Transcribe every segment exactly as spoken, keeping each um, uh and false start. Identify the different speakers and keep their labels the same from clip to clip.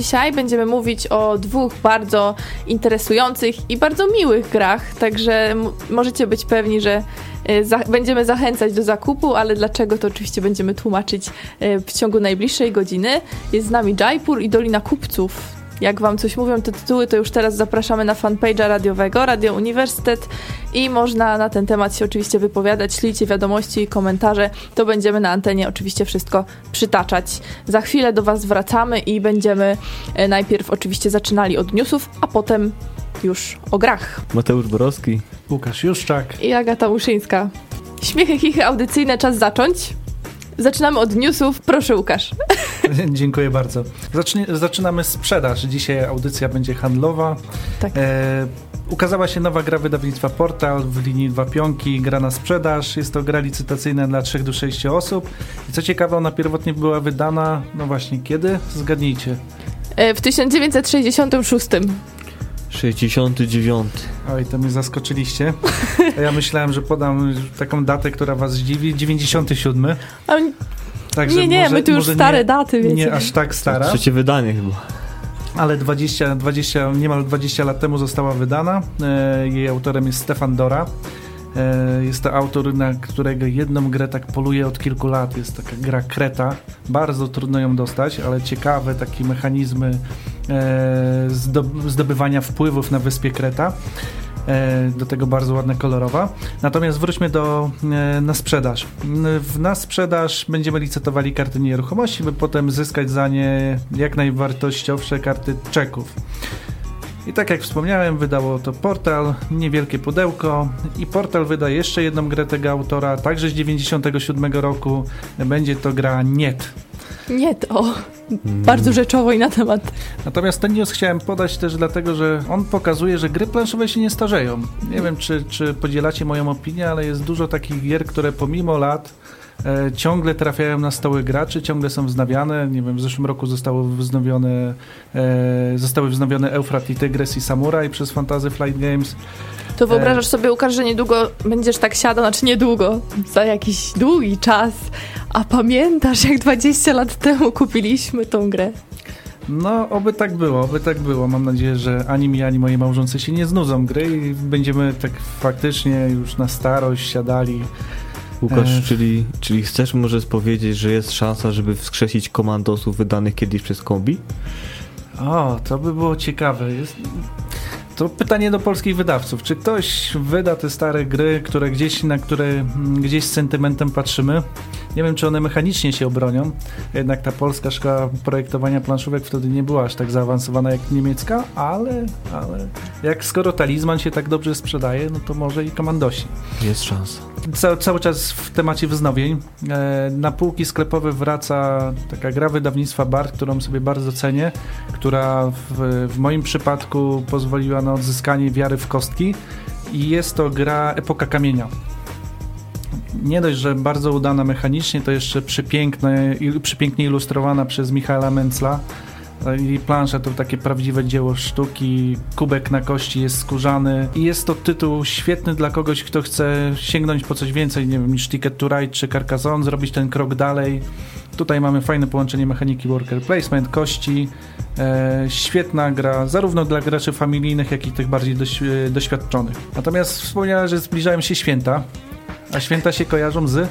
Speaker 1: dzisiaj będziemy mówić o dwóch bardzo interesujących i bardzo miłych grach, także m- możecie być pewni, że y, za- będziemy zachęcać do zakupu, ale dlaczego to oczywiście będziemy tłumaczyć y, w ciągu najbliższej godziny. Jest z nami Jaipur i Dolina Kupców. Jak wam coś mówią te tytuły, to już teraz zapraszamy na fanpage'a radiowego, Radio Uniwersytet i można na ten temat się oczywiście wypowiadać. Ślijcie wiadomości i komentarze, to będziemy na antenie oczywiście wszystko przytaczać. Za chwilę do was wracamy i będziemy najpierw oczywiście zaczynali od newsów, a potem już o grach.
Speaker 2: Mateusz Borowski,
Speaker 3: Łukasz Juszczak
Speaker 1: i Agata Muszyńska. Śmiechy, chichy audycyjne, czas zacząć. Zaczynamy od newsów. Proszę, Łukasz.
Speaker 3: Dziękuję bardzo. Zacznie, zaczynamy sprzedaż. Dzisiaj audycja będzie handlowa.
Speaker 1: Tak.
Speaker 3: E, ukazała się nowa gra wydawnictwa Portal w linii Dwa Pionki. Gra na sprzedaż. Jest to gra licytacyjna dla trzech do sześciu osób. I co ciekawe, ona pierwotnie była wydana, no właśnie, kiedy? Zgadnijcie.
Speaker 1: E, w tysiąc dziewięćset sześćdziesiątym szóstym.
Speaker 2: sześćdziesiąty dziewiąty.
Speaker 3: Oj, to mnie zaskoczyliście. A ja myślałem, że podam taką datę, która was zdziwi. dziewięćdziesiąty siódmy.
Speaker 1: A,
Speaker 3: Także
Speaker 1: nie, nie,
Speaker 3: może,
Speaker 1: my tu już stare
Speaker 3: nie,
Speaker 1: daty, wiecie.
Speaker 3: Nie aż tak stara.
Speaker 2: Trzecie wydanie chyba.
Speaker 3: Ale dwadzieścia, dwadzieścia, niemal dwadzieścia lat temu została wydana. E, jej autorem jest Stefan Dora. E, jest to autor, na którego jedną grę tak poluje od kilku lat. Jest taka gra Kreta. Bardzo trudno ją dostać, ale ciekawe takie mechanizmy e, zdob- zdobywania wpływów na wyspie Kreta. Do tego bardzo ładna, kolorowa. Natomiast wróćmy do, na sprzedaż. W, na sprzedaż będziemy licytowali karty nieruchomości, by potem zyskać za nie jak najwartościowsze karty czeków. I tak jak wspomniałem, wydało to Portal, niewielkie pudełko i Portal wyda jeszcze jedną grę tego autora, także z dziewięćdziesiątego siódmego roku. Będzie to gra Niet.
Speaker 1: Nie to. Bardzo rzeczowo i na temat.
Speaker 3: Natomiast ten news chciałem podać też dlatego, że on pokazuje, że gry planszowe się nie starzeją. Nie wiem, czy, czy podzielacie moją opinię, ale jest dużo takich gier, które pomimo lat e, ciągle trafiają na stoły graczy, ciągle są wznawiane. Nie wiem, w zeszłym roku zostało wznowione, e, zostały wznowione Eufrat i Tygrys i Samuraj przez Fantasy Flight Games.
Speaker 1: To wyobrażasz sobie, Łukasz, że niedługo będziesz tak siadał, znaczy niedługo, za jakiś długi czas, a pamiętasz, jak dwadzieścia lat temu kupiliśmy tą grę?
Speaker 3: No, oby tak było, oby tak było. Mam nadzieję, że ani mi, ani mojej małżonce się nie znudzą gry i będziemy tak faktycznie już na starość siadali.
Speaker 2: Łukasz, e... czyli, czyli chcesz może powiedzieć, że jest szansa, żeby wskrzesić komandosów wydanych kiedyś przez Kombi?
Speaker 3: O, to by było ciekawe. Jest... To pytanie do polskich wydawców. Czy ktoś wyda te stare gry, które gdzieś, na które gdzieś z sentymentem patrzymy? Nie wiem, czy one mechanicznie się obronią. Jednak ta polska szkoła projektowania planszówek wtedy nie była aż tak zaawansowana jak niemiecka, ale, ale jak skoro Talizman się tak dobrze sprzedaje, no to może i komandosi.
Speaker 2: Jest szansa.
Speaker 3: Ca- cały czas w temacie wznowień. E, na półki sklepowe wraca taka gra wydawnictwa Bard, którą sobie bardzo cenię, która w, w moim przypadku pozwoliła na odzyskanie wiary w kostki i jest to gra Epoka Kamienia. Nie dość, że bardzo udana mechanicznie, to jeszcze przepiękne, przepięknie ilustrowana przez Michaela Mencla. I plansza to takie prawdziwe dzieło sztuki, kubek na kości jest skórzany i jest to tytuł świetny dla kogoś, kto chce sięgnąć po coś więcej, nie wiem, niż Ticket to Ride czy Carcassonne, zrobić ten krok dalej. Tutaj mamy fajne połączenie mechaniki worker placement, kości, e, świetna gra, zarówno dla graczy familijnych, jak i tych bardziej doś, doświadczonych. Natomiast wspomniałem, że zbliżają się święta, a święta się kojarzą z...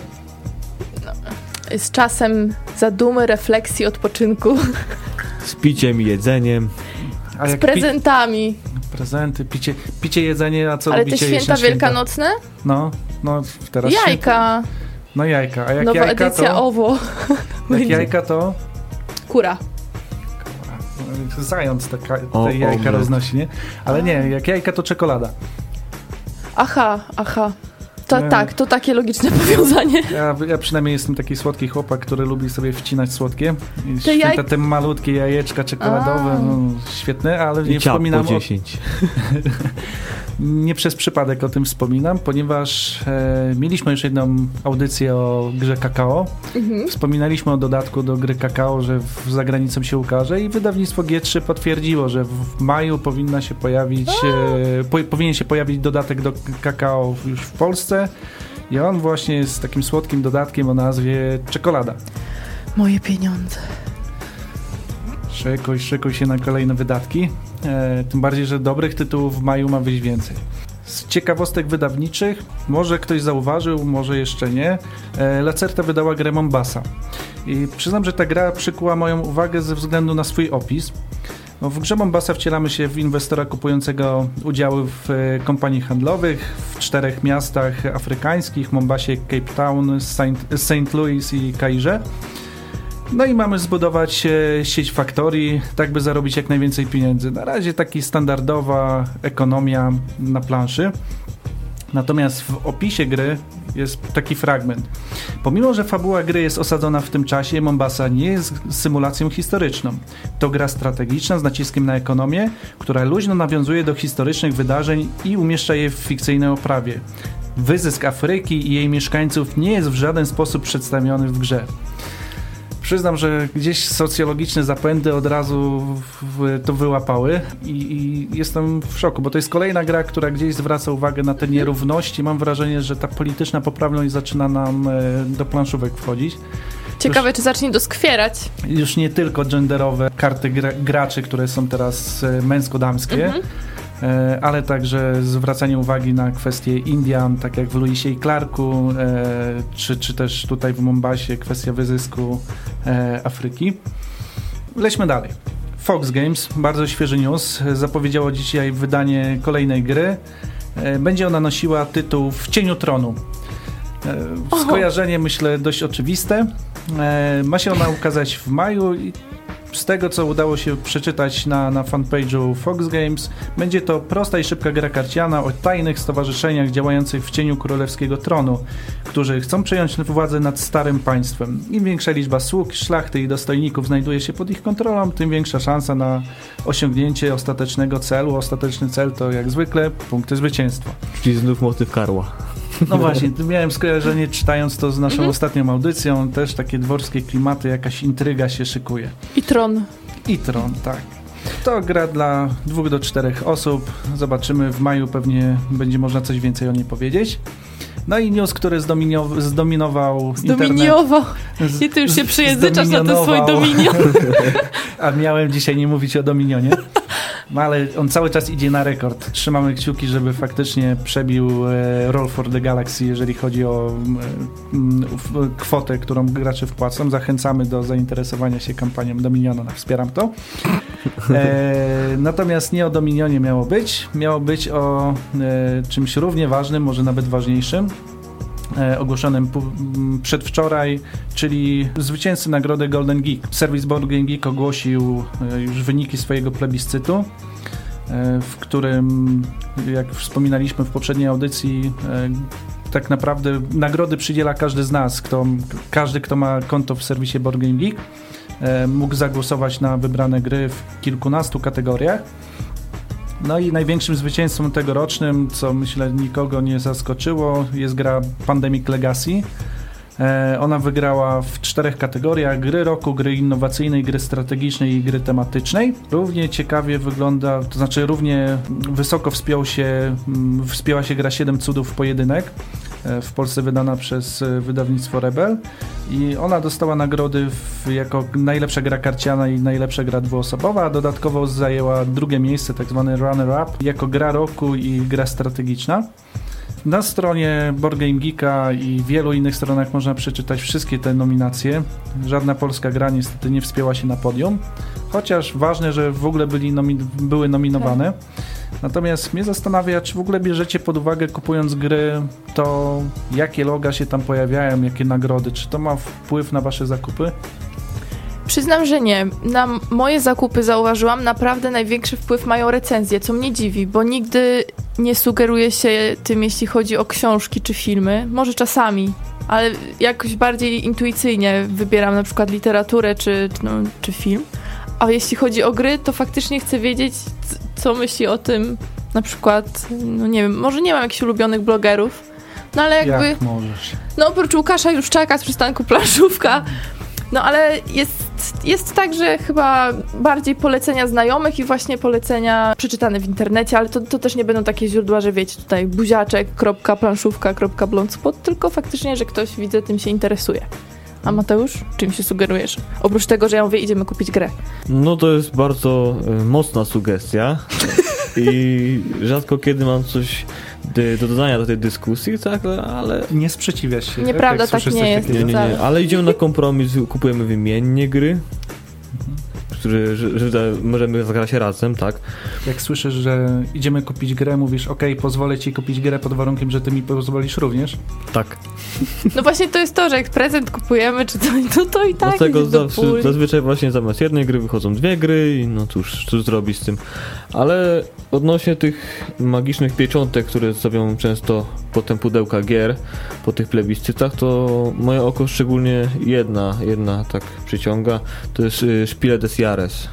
Speaker 1: Z czasem zadumy, refleksji, odpoczynku.
Speaker 2: Z piciem i jedzeniem.
Speaker 3: A
Speaker 1: z
Speaker 3: jak
Speaker 1: prezentami.
Speaker 3: Pi- prezenty, picie, picie, jedzenie, a co
Speaker 1: Ale
Speaker 3: lubicie
Speaker 1: te święta
Speaker 3: jeść na
Speaker 1: wielkanocne?
Speaker 3: No, no teraz
Speaker 1: Jajka.
Speaker 3: Święta. No jajka, a jak
Speaker 1: Nowa
Speaker 3: jajka
Speaker 1: edycja
Speaker 3: to...
Speaker 1: owo.
Speaker 3: Jak jajka to...
Speaker 1: Kura.
Speaker 3: Zając te, ka- te
Speaker 2: O,
Speaker 3: jajka
Speaker 2: o,
Speaker 3: roznosi, nie? Ale nie, jak jajka to czekolada.
Speaker 1: Aha, aha. To,
Speaker 3: Nie.
Speaker 1: tak, to takie logiczne powiązanie.
Speaker 3: Ja, ja przynajmniej jestem taki słodki chłopak, który lubi sobie wcinać słodkie. I
Speaker 1: Te
Speaker 3: święta,
Speaker 1: jaj...
Speaker 3: te malutkie jajeczka czekoladowe, no, świetne, ale
Speaker 2: I
Speaker 3: nie wspominam
Speaker 2: po dziesięć.
Speaker 3: O... Nie przez przypadek o tym wspominam, ponieważ e, mieliśmy już jedną audycję o grze Kakao.
Speaker 1: Mhm.
Speaker 3: Wspominaliśmy o dodatku do gry Kakao, że w, za granicą się ukaże i wydawnictwo G trzy potwierdziło, że w maju powinna się pojawić, e, po, powinien się pojawić dodatek do Kakao już w Polsce i on właśnie jest takim słodkim dodatkiem o nazwie Czekolada.
Speaker 1: Moje pieniądze.
Speaker 3: Szykuj, szykuj się na kolejne wydatki. E, tym bardziej, że dobrych tytułów w maju ma wyjść więcej. Z ciekawostek wydawniczych, może ktoś zauważył, może jeszcze nie, e, Lacerta wydała grę Mombasa. I przyznam, że ta gra przykuła moją uwagę ze względu na swój opis. No, w grze Mombasa wcielamy się w inwestora kupującego udziały w e, kompanii handlowych w czterech miastach afrykańskich, Mombasie, Cape Town, Saint Louis i Kairze. No i mamy zbudować e, sieć faktorii, tak by zarobić jak najwięcej pieniędzy. Na razie taki standardowa ekonomia na planszy. Natomiast w opisie gry jest taki fragment. Pomimo, że fabuła gry jest osadzona w tym czasie, Mombasa nie jest symulacją historyczną. To gra strategiczna z naciskiem na ekonomię, która luźno nawiązuje do historycznych wydarzeń i umieszcza je w fikcyjnej oprawie. Wyzysk Afryki i jej mieszkańców nie jest w żaden sposób przedstawiony w grze. Przyznam, że gdzieś socjologiczne zapędy od razu w, to wyłapały i, i jestem w szoku, bo to jest kolejna gra, która gdzieś zwraca uwagę na te nierówności. Mam wrażenie, że ta polityczna poprawność zaczyna nam do planszówek wchodzić.
Speaker 1: Ciekawe, już, czy zacznie doskwierać.
Speaker 3: Już nie tylko genderowe karty gra, graczy, które są teraz męsko-damskie, mhm. ale także zwracanie uwagi na kwestie Indian, tak jak w Lewisie i Clarku, czy, czy też tutaj w Mombasie kwestia wyzysku Afryki. Lećmy dalej. Fox Games, bardzo świeży news, zapowiedziało dzisiaj wydanie kolejnej gry. Będzie ona nosiła tytuł W cieniu tronu. Skojarzenie, myślę, dość oczywiste. Ma się ona ukazać w maju i z tego, co udało się przeczytać na, na fanpage'u Fox Games, będzie to prosta i szybka gra karciana o tajnych stowarzyszeniach działających w cieniu królewskiego tronu, którzy chcą przejąć władzę nad starym państwem. Im większa liczba sług, szlachty i dostojników znajduje się pod ich kontrolą, tym większa szansa na osiągnięcie ostatecznego celu. Ostateczny cel to jak zwykle punkty zwycięstwa.
Speaker 2: Czyli znów motyw Karła.
Speaker 3: No właśnie, miałem skojarzenie czytając to z naszą mhm. ostatnią audycją, też takie dworskie klimaty, jakaś intryga się szykuje.
Speaker 1: I tron.
Speaker 3: I tron, tak. To gra dla dwóch do czterech osób. Zobaczymy, w maju pewnie będzie można coś więcej o niej powiedzieć. No i news, który zdominował, zdominował
Speaker 1: Zdominiował.
Speaker 3: internet.
Speaker 1: I ty już się przyjęzyczasz na ten swój dominion.
Speaker 3: A miałem dzisiaj nie mówić o Dominionie. No ale on cały czas idzie na rekord. Trzymamy kciuki, żeby faktycznie przebił e, Roll for the Galaxy, jeżeli chodzi o e, kwotę, którą gracze wpłacą. Zachęcamy do zainteresowania się kampanią Dominiona. Wspieram to. E, natomiast nie o Dominionie miało być. Miało być o e, czymś równie ważnym, może nawet ważniejszym. E, ogłoszonym p- przedwczoraj, czyli zwycięzcy nagrody Golden Geek. Serwis Board Game Geek ogłosił e, już wyniki swojego plebiscytu, e, w którym, jak wspominaliśmy w poprzedniej audycji, e, tak naprawdę nagrody przydziela każdy z nas, kto, każdy, kto ma konto w serwisie Board Game Geek, e, mógł zagłosować na wybrane gry w kilkunastu kategoriach. No i największym zwycięzcą tegorocznym, co myślę nikogo nie zaskoczyło, jest gra Pandemic Legacy. E, ona wygrała w czterech kategoriach: gry roku, gry innowacyjnej, gry strategicznej i gry tematycznej. Równie ciekawie wygląda, to znaczy równie wysoko wspiął się, wspięła się gra Siedem Cudów Pojedynek, e, w Polsce wydana przez wydawnictwo Rebel, i ona dostała nagrody w, jako najlepsza gra karciana i najlepsza gra dwuosobowa, a dodatkowo zajęła drugie miejsce, tak zwany runner-up, jako gra roku i gra strategiczna. Na stronie Board Game Geeka i wielu innych stronach można przeczytać wszystkie te nominacje. Żadna polska gra niestety nie wspięła się na podium, chociaż ważne, że w ogóle byli nomi- były nominowane. Natomiast mnie zastanawia, czy w ogóle bierzecie pod uwagę, kupując gry, to jakie loga się tam pojawiają, jakie nagrody, czy to ma wpływ na wasze zakupy?
Speaker 1: Przyznam, że nie. Na moje zakupy, zauważyłam, naprawdę największy wpływ mają recenzje, co mnie dziwi, bo nigdy nie sugeruję się tym, jeśli chodzi o książki czy filmy. Może czasami, ale jakoś bardziej intuicyjnie wybieram na przykład literaturę czy, no, czy film. A jeśli chodzi o gry, to faktycznie chcę wiedzieć, co myśli o tym na przykład, no nie wiem, może nie mam jakichś ulubionych blogerów, no ale jakby...
Speaker 3: Jak możesz?
Speaker 1: No oprócz Łukasza Juszczaka z przystanku Planszówka. No ale jest, jest tak, że chyba bardziej polecenia znajomych i właśnie polecenia przeczytane w internecie, ale to, to też nie będą takie źródła, że wiecie, tutaj buziaczek kropka planszówka kropka blogspot, tylko faktycznie, że ktoś, widzę, tym się interesuje. A Mateusz, czym się sugerujesz? Oprócz tego, że ja mówię, idziemy kupić grę.
Speaker 2: No to jest bardzo y, mocna sugestia i rzadko kiedy mam coś do, do dodania do tej dyskusji, tak, ale...
Speaker 3: Nie sprzeciwiasz się.
Speaker 1: Nieprawda,
Speaker 3: tak,
Speaker 1: tak nie jest.
Speaker 2: Nie, nie, nie, ale idziemy na kompromis, kupujemy wymiennie gry, które że, że możemy zagrać razem, tak?
Speaker 3: Jak słyszysz, że idziemy kupić grę, mówisz, okej, okay, pozwolę ci kupić grę pod warunkiem, że ty mi pozwolisz również?
Speaker 2: Tak.
Speaker 1: No właśnie to jest to, że jak prezent kupujemy, czy to, to, to i tak
Speaker 2: Dlatego
Speaker 1: idzie do
Speaker 2: zawsze, zazwyczaj właśnie zamiast jednej gry wychodzą dwie gry i no cóż, cóż zrobić z tym. Ale odnośnie tych magicznych pieczątek, które zrobią często potem pudełka gier po tych plebiscytach, to moje oko szczególnie jedna, jedna tak przyciąga, to jest Spiele des Jahres.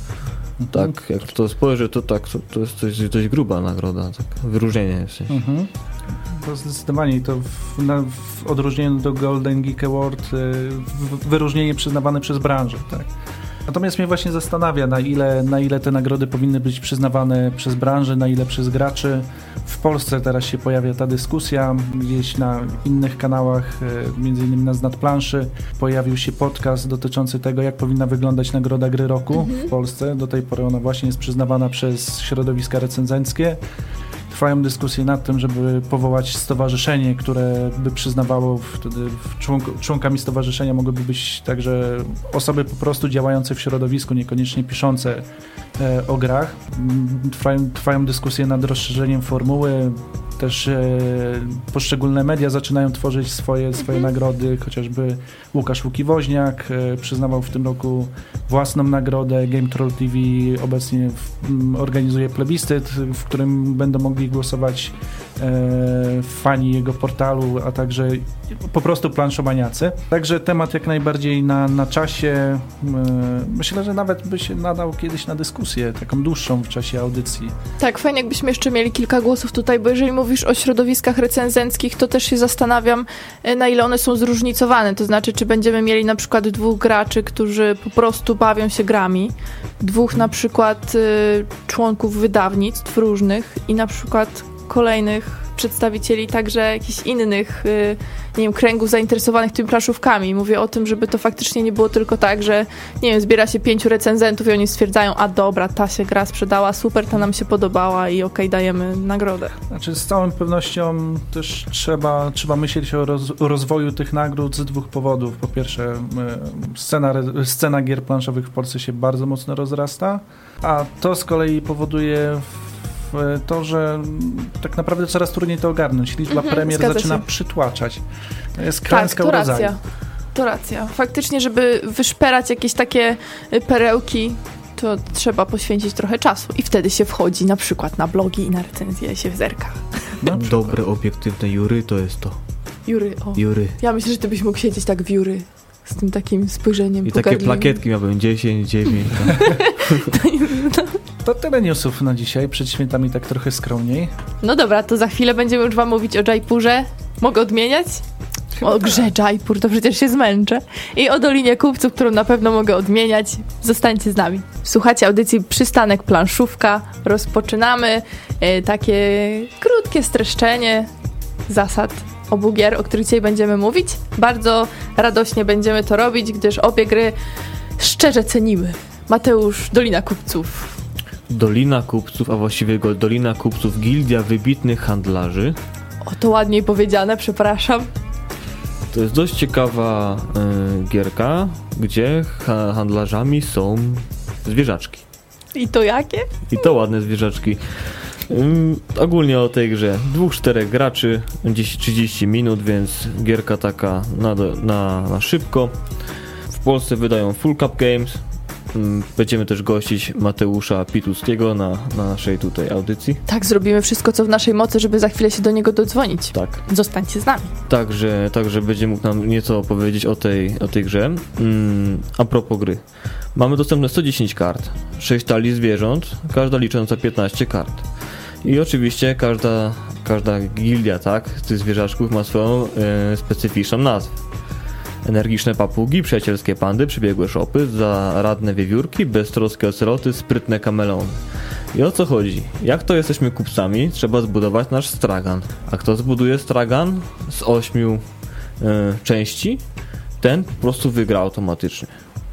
Speaker 2: Mhm. Tak, jak to spojrzę, to tak, to, to jest coś, dość gruba nagroda, tak, wyróżnienie jest.
Speaker 3: Mhm. To zdecydowanie to w, na, w odróżnieniu do Golden Geek Award w, wyróżnienie przyznawane przez branżę, tak. Natomiast mnie właśnie zastanawia, na ile, na ile te nagrody powinny być przyznawane przez branżę, na ile przez graczy. W Polsce teraz się pojawia ta dyskusja, gdzieś na innych kanałach, między innymi na Znad Planszy, pojawił się podcast dotyczący tego, jak powinna wyglądać Nagroda Gry Roku mhm. w Polsce. Do tej pory ona właśnie jest przyznawana przez środowiska recenzenckie. Trwają dyskusje nad tym, żeby powołać stowarzyszenie, które by przyznawało wtedy członk- członkami stowarzyszenia mogłyby być także osoby po prostu działające w środowisku, niekoniecznie piszące e, o grach. Trwają, trwają dyskusje nad rozszerzeniem formuły. Też e, poszczególne media zaczynają tworzyć swoje, swoje mhm. nagrody, chociażby Łukasz Łuki-Woźniak e, przyznawał w tym roku własną nagrodę. Game Troll T V obecnie w, m, organizuje plebiscyt, w którym będą mogli głosować e, fani jego portalu, a także po prostu planszomaniacy. Także temat jak najbardziej na, na czasie. E, myślę, że nawet by się nadał kiedyś na dyskusję, taką dłuższą w czasie audycji.
Speaker 1: Tak, fajnie jakbyśmy jeszcze mieli kilka głosów tutaj, bo jeżeli mówisz o środowiskach recenzenckich, to też się zastanawiam, na ile one są zróżnicowane. To znaczy, czy będziemy mieli na przykład dwóch graczy, którzy po prostu bawią się grami, dwóch na przykład y, członków wydawnictw różnych i na przykład kolejnych przedstawicieli także jakichś innych, y, nie wiem, kręgów zainteresowanych tymi planszówkami. Mówię o tym, żeby to faktycznie nie było tylko tak, że nie wiem, zbiera się pięciu recenzentów i oni stwierdzają, a dobra, ta się gra sprzedała, super, ta nam się podobała i okej, okay, dajemy nagrodę.
Speaker 3: Znaczy z całą pewnością też trzeba, trzeba myśleć o roz, rozwoju tych nagród z dwóch powodów. Po pierwsze, scena, scena gier planszowych w Polsce się bardzo mocno rozrasta, a to z kolei powoduje to, że tak naprawdę coraz trudniej to ogarnąć. Liczba mhm, premier zaczyna się przytłaczać. To jest klęska
Speaker 1: tak, to
Speaker 3: urodzaju.
Speaker 1: Racja. To racja. Faktycznie, żeby wyszperać jakieś takie perełki, to trzeba poświęcić trochę czasu i wtedy się wchodzi na przykład na blogi i na recenzje się zerka.
Speaker 2: Dobre, obiektywne jury to jest to.
Speaker 1: Jury, o.
Speaker 2: Jury.
Speaker 1: Ja myślę, że ty byś mógł siedzieć tak w jury z tym takim spojrzeniem
Speaker 2: i takie plakietki miałbym dziesięć, dziewięć.
Speaker 3: No. To tyle newsów na dzisiaj, przed świętami tak trochę skromniej.
Speaker 1: No dobra, to za chwilę będziemy już wam mówić o Jaipurze. Mogę odmieniać? O grze Jaipur, to przecież się zmęczę. I o Dolinie Kupców, którą na pewno mogę odmieniać. Zostańcie z nami. Słuchajcie audycji Przystanek Planszówka. Rozpoczynamy e, takie krótkie streszczenie zasad obu gier, o których dzisiaj będziemy mówić. Bardzo radośnie będziemy to robić, gdyż obie gry szczerze cenimy. Mateusz, Dolina Kupców.
Speaker 2: Dolina Kupców, a właściwie Dolina Kupców, Gildia Wybitnych Handlarzy.
Speaker 1: O, to ładniej powiedziane, przepraszam.
Speaker 2: To jest dość ciekawa y, gierka, gdzie ha- handlarzami są zwierzaczki.
Speaker 1: I to jakie?
Speaker 2: I to ładne zwierzaczki. Ym, ogólnie o tej grze. Dwóch, czterech graczy, dziesięć trzydzieści minut, więc gierka taka na, na, na szybko. W Polsce wydają Full Cup Games. Ym, będziemy też gościć Mateusza Pituskiego na, na naszej tutaj audycji.
Speaker 1: Tak, zrobimy wszystko, co w naszej mocy, żeby za chwilę się do niego dodzwonić.
Speaker 2: Tak.
Speaker 1: Zostańcie z nami.
Speaker 2: Także, także będzie mógł nam nieco opowiedzieć o tej, o tej grze. Ym, a propos gry. Mamy dostępne sto dziesięć kart, sześć talii zwierząt, każda licząca piętnaście kart. I oczywiście każda, każda gildia, tak, z tych zwierzaczków ma swoją e, specyficzną nazwę. Energiczne papugi, przyjacielskie pandy, przybiegłe szopy, zaradne wiewiórki, beztroskie oceloty, sprytne kamelony. I o co chodzi? Jak to jesteśmy kupcami, trzeba zbudować nasz stragan. A kto zbuduje stragan z ośmiu e, części? ten po prostu wygra automatycznie.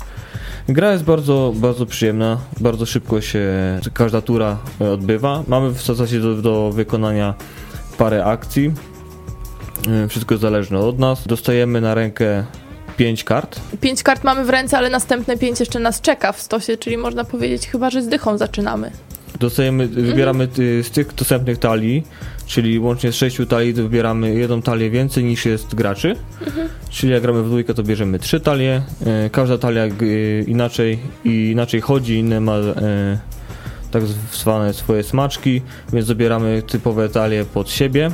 Speaker 2: Gra jest bardzo, bardzo przyjemna, bardzo szybko się każda tura odbywa. Mamy w zasadzie do, do wykonania parę akcji. Wszystko jest zależne od nas. Dostajemy na rękę pięć kart.
Speaker 1: Pięć kart mamy w ręce, ale następne pięć jeszcze nas czeka w stosie, czyli można powiedzieć chyba, że z dychą zaczynamy.
Speaker 2: Dostajemy, wybieramy mhm. z tych dostępnych talii, czyli łącznie z sześciu talii wybieramy jedną talię więcej niż jest graczy. Mhm. Czyli jak gramy w dwójkę, to bierzemy trzy talie. Każda talia inaczej i inaczej chodzi, inne ma tak zwane swoje smaczki, więc dobieramy typowe talie pod siebie.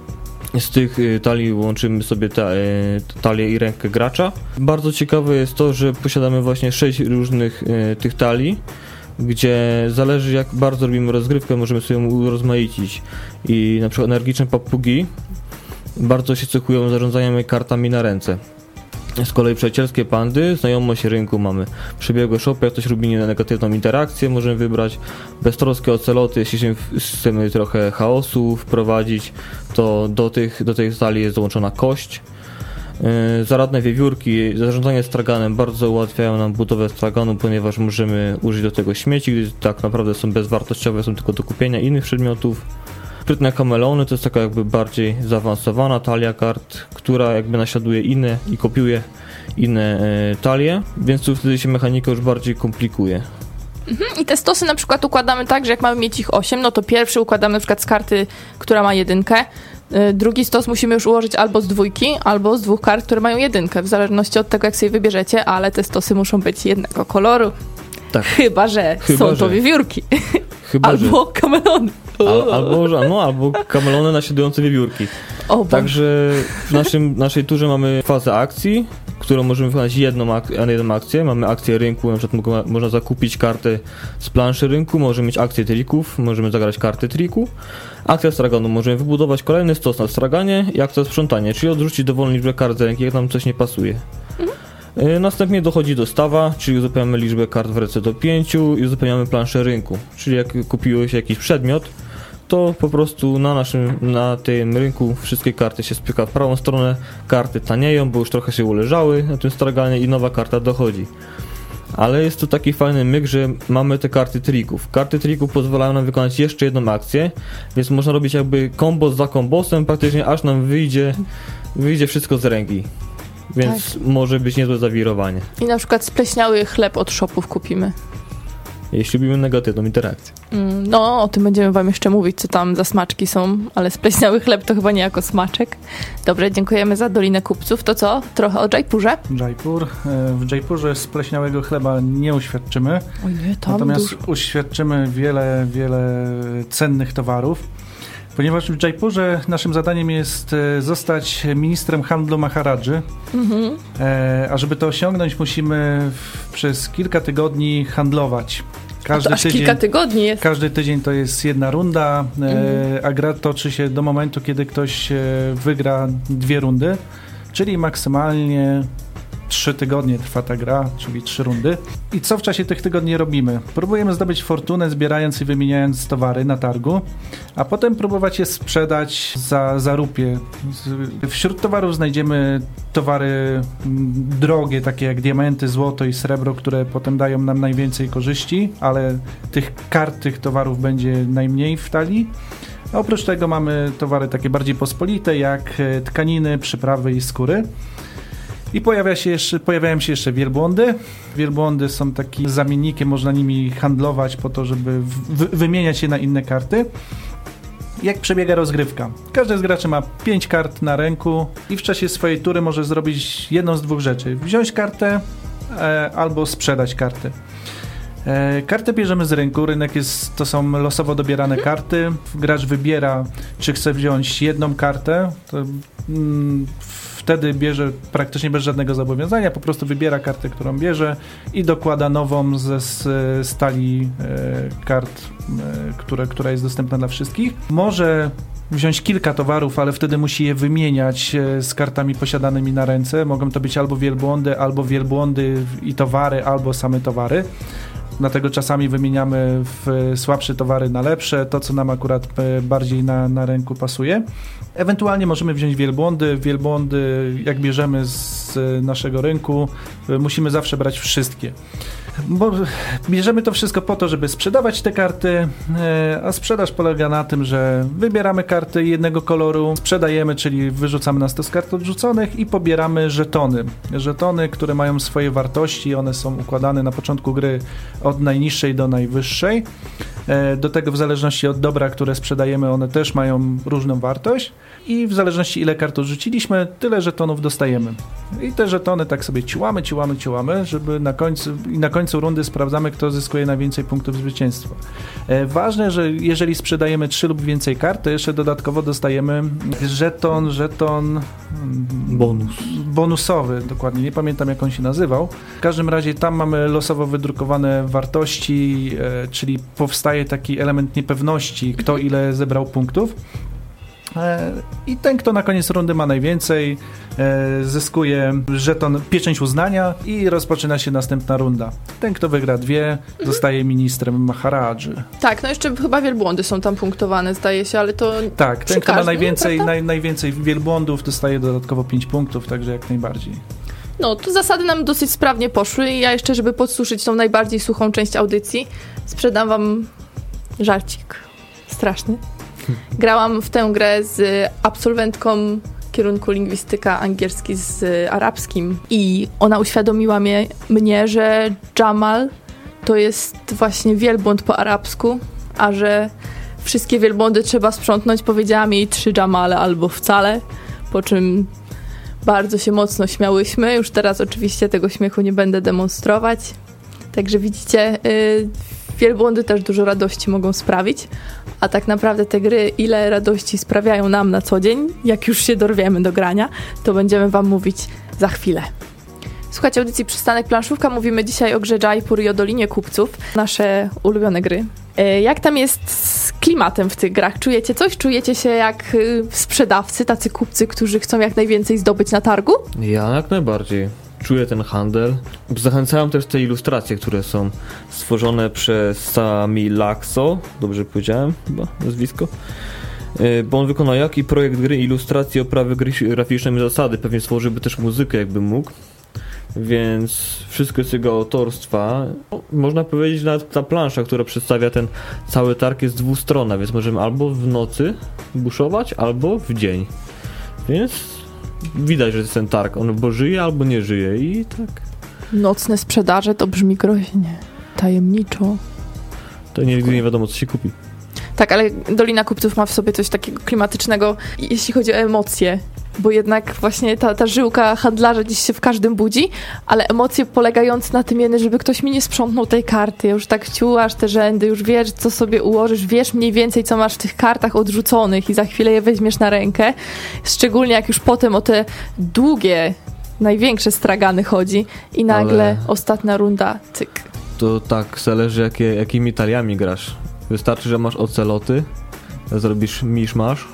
Speaker 2: Z tych talii łączymy sobie ta, talię i rękę gracza. Bardzo ciekawe jest to, że posiadamy właśnie sześć różnych tych talii, gdzie zależy jak bardzo robimy rozgrywkę, możemy sobie ją urozmaicić. I na przykład energiczne papugi bardzo się cechują zarządzaniem kartami na ręce. Z kolei przyjacielskie pandy, znajomość rynku mamy. Przebiegłe shopy, jak ktoś lubi negatywną interakcję, możemy wybrać. Beztroskie oceloty, jeśli chcemy trochę chaosu wprowadzić, to do, tych, do tej sali jest dołączona kość. Yy, zaradne wiewiórki, zarządzanie straganem bardzo ułatwiają nam budowę straganu, ponieważ możemy użyć do tego śmieci, gdy tak naprawdę są bezwartościowe, są tylko do kupienia innych przedmiotów. Sprytne kameleony to jest taka jakby bardziej zaawansowana talia kart, która jakby naśladuje inne i kopiuje inne e, talie, więc tu wtedy się mechanika już bardziej komplikuje.
Speaker 1: Mhm. I te stosy na przykład układamy tak, że jak mamy mieć ich osiem, no to pierwszy układamy na przykład z karty, która ma jedynkę, drugi stos musimy już ułożyć albo z dwójki, albo z dwóch kart, które mają jedynkę, w zależności od tego, jak sobie wybierzecie, ale te stosy muszą być jednego koloru. Tak. Chyba, że Chyba, są że. to wiewiórki. Chyba, albo że. kamelony.
Speaker 2: Al, albo, no, albo kamelony naśladujące wiewiórki. O, Także w naszym, naszej turze mamy fazę akcji, którą możemy wykonać jedną, ak- jedną akcję. Mamy akcję rynku, na przykład można zakupić kartę z planszy rynku, możemy mieć akcję trików, możemy zagrać kartę triku. Akcja straganu, możemy wybudować kolejny stos na straganie i akcja sprzątanie, czyli odrzucić dowolną liczbę kart z ręki, jak nam coś nie pasuje. Mhm. Następnie dochodzi do stawa, czyli uzupełniamy liczbę kart w ręce do pięciu i uzupełniamy planszę rynku. Czyli jak kupiłeś jakiś przedmiot, to po prostu na naszym, na tym rynku wszystkie karty się spycha w prawą stronę, karty tanieją, bo już trochę się uleżały na tym straganie i nowa karta dochodzi. Ale jest to taki fajny myk, że mamy te karty trików. Karty trików pozwalają nam wykonać jeszcze jedną akcję, więc można robić jakby kombos za kombosem, praktycznie aż nam wyjdzie, wyjdzie wszystko z ręki. Więc tak. Może być niezłe zawirowanie.
Speaker 1: I na przykład spleśniały chleb od shopów kupimy.
Speaker 2: Jeśli lubimy negatywną interakcję.
Speaker 1: Mm, no, o tym będziemy wam jeszcze mówić, co tam za smaczki są, ale spleśniały chleb to chyba nie jako smaczek. Dobrze, dziękujemy za Dolinę Kupców. To co? Trochę o Jaipurze?
Speaker 3: Jaipur. W Jaipurze spleśniałego chleba nie uświadczymy.
Speaker 1: Oj nie, tam
Speaker 3: Natomiast
Speaker 1: dużo.
Speaker 3: uświadczymy wiele, wiele cennych towarów. Ponieważ w Jaipurze naszym zadaniem jest zostać ministrem handlu Maharadży, mhm. e, a żeby to osiągnąć, musimy w, przez kilka tygodni handlować.
Speaker 1: Każdy aż tydzień, kilka tygodni jest.
Speaker 3: Każdy tydzień to jest jedna runda, mhm. e, a gra toczy się do momentu, kiedy ktoś e, wygra dwie rundy, czyli maksymalnie trzy tygodnie trwa ta gra, czyli trzy rundy. I co w czasie tych tygodni robimy? Próbujemy zdobyć fortunę, zbierając i wymieniając towary na targu, a potem próbować je sprzedać za, za rupię. Wśród towarów znajdziemy towary drogie, takie jak diamenty, złoto i srebro, które potem dają nam najwięcej korzyści, ale tych kart, tych towarów będzie najmniej w talii. A oprócz tego mamy towary takie bardziej pospolite, jak tkaniny, przyprawy i skóry. I pojawia się jeszcze, pojawiają się jeszcze wielbłądy. Wielbłądy są takim zamiennikiem, można nimi handlować po to, żeby w- wymieniać je na inne karty. Jak przebiega rozgrywka? Każdy z graczy ma pięć kart na ręku i w czasie swojej tury może zrobić jedną z dwóch rzeczy. Wziąć kartę e, albo sprzedać kartę. E, kartę bierzemy z rynku. Rynek jest, to są losowo dobierane karty. Gracz wybiera, czy chce wziąć jedną kartę. To, mm, Wtedy bierze praktycznie bez żadnego zobowiązania, po prostu wybiera kartę, którą bierze i dokłada nową ze stali e, kart, e, które, która jest dostępna dla wszystkich. Może wziąć kilka towarów, ale wtedy musi je wymieniać e, z kartami posiadanymi na ręce. Mogą to być albo wielbłądy, albo wielbłądy i towary, albo same towary. dlatego czasami wymieniamy w słabsze towary na lepsze, to co nam akurat bardziej na, na rynku pasuje. Ewentualnie możemy wziąć wielbłądy. Wielbłądy, jak bierzemy z naszego rynku, musimy zawsze brać wszystkie. Bo bierzemy to wszystko po to, żeby sprzedawać te karty, a sprzedaż polega na tym, że wybieramy karty jednego koloru, sprzedajemy, czyli wyrzucamy na stos kart odrzuconych i pobieramy żetony. Żetony, które mają swoje wartości, one są układane na początku gry od najniższej do najwyższej. Do tego w zależności od dobra, które sprzedajemy, one też mają różną wartość i w zależności ile kart odrzuciliśmy, tyle żetonów dostajemy. I te żetony tak sobie ciłamy, ciłamy, ciłamy, żeby na końcu, i na końcu rundy sprawdzamy, kto zyskuje najwięcej punktów zwycięstwa. E, ważne, że jeżeli sprzedajemy trzy lub więcej kart, to jeszcze dodatkowo dostajemy żeton, żeton...
Speaker 2: Bonus.
Speaker 3: Bonusowy, dokładnie, nie pamiętam jak on się nazywał. W każdym razie tam mamy losowo wydrukowane wartości, e, czyli powstaje taki element niepewności, kto ile zebrał punktów. I ten, kto na koniec rundy ma najwięcej, zyskuje żeton pieczęć uznania i rozpoczyna się następna runda. Ten, kto wygra dwie, zostaje ministrem Maharadży.
Speaker 1: Tak, no jeszcze chyba wielbłądy są tam punktowane, zdaje się, ale to
Speaker 3: tak, ten, kto ma najwięcej,
Speaker 1: no,
Speaker 3: naj, najwięcej wielbłądów, dostaje dodatkowo pięć punktów, także jak najbardziej.
Speaker 1: No, to zasady nam dosyć sprawnie poszły i ja jeszcze, żeby podsuszyć tą najbardziej suchą część audycji, sprzedam wam żarcik straszny. Grałam w tę grę z absolwentką kierunku lingwistyka angielski z arabskim i ona uświadomiła mnie, mnie, że Jamal to jest właśnie wielbłąd po arabsku, a że wszystkie wielbłądy trzeba sprzątnąć. Powiedziałam jej trzy Jamale albo wcale, po czym bardzo się mocno śmiałyśmy. Już teraz oczywiście tego śmiechu nie będę demonstrować. Także widzicie, yy, wielbłądy też dużo radości mogą sprawić, a tak naprawdę te gry, ile radości sprawiają nam na co dzień, jak już się dorwiemy do grania, to będziemy wam mówić za chwilę. Słuchajcie audycji Przystanek Planszówka. Mówimy dzisiaj o grze Jaipur i o Dolinie Kupców. Nasze ulubione gry. Jak tam jest z klimatem w tych grach? Czujecie coś? Czujecie się jak sprzedawcy, tacy kupcy, którzy chcą jak najwięcej zdobyć na targu?
Speaker 2: Ja jak najbardziej. Czuję ten handel. Zachęcałem też te ilustracje, które są stworzone przez Sami Laxo. Dobrze powiedziałem chyba nazwisko? Bo on wykonał jaki projekt gry, ilustracje, oprawy graficzne i zasady. Pewnie stworzyłby też muzykę, jakby mógł. Więc wszystko jest jego autorstwa. Można powiedzieć, że nawet ta plansza, która przedstawia ten cały targ, jest dwustronna, więc możemy albo w nocy buszować, albo w dzień. Więc widać, że jest ten targ. On albo żyje, albo nie żyje i tak.
Speaker 1: Nocne sprzedaże to brzmi groźnie. Tajemniczo.
Speaker 2: To nigdy nie wiadomo, co się kupi.
Speaker 1: Tak, ale Dolina Kupców ma w sobie coś takiego klimatycznego, jeśli chodzi o emocje. Bo jednak właśnie ta, ta żyłka handlarza gdzieś się w każdym budzi, ale emocje polegające na tym jednym, żeby ktoś mi nie sprzątnął tej karty. Już tak ciułasz te rzędy, już wiesz, co sobie ułożysz, wiesz mniej więcej, co masz w tych kartach odrzuconych i za chwilę je weźmiesz na rękę. Szczególnie jak już potem o te długie, największe stragany chodzi i nagle ale ostatnia runda, cyk.
Speaker 2: To tak zależy, jakie, jakimi taliami grasz. Wystarczy, że masz oceloty, zrobisz miszmasz.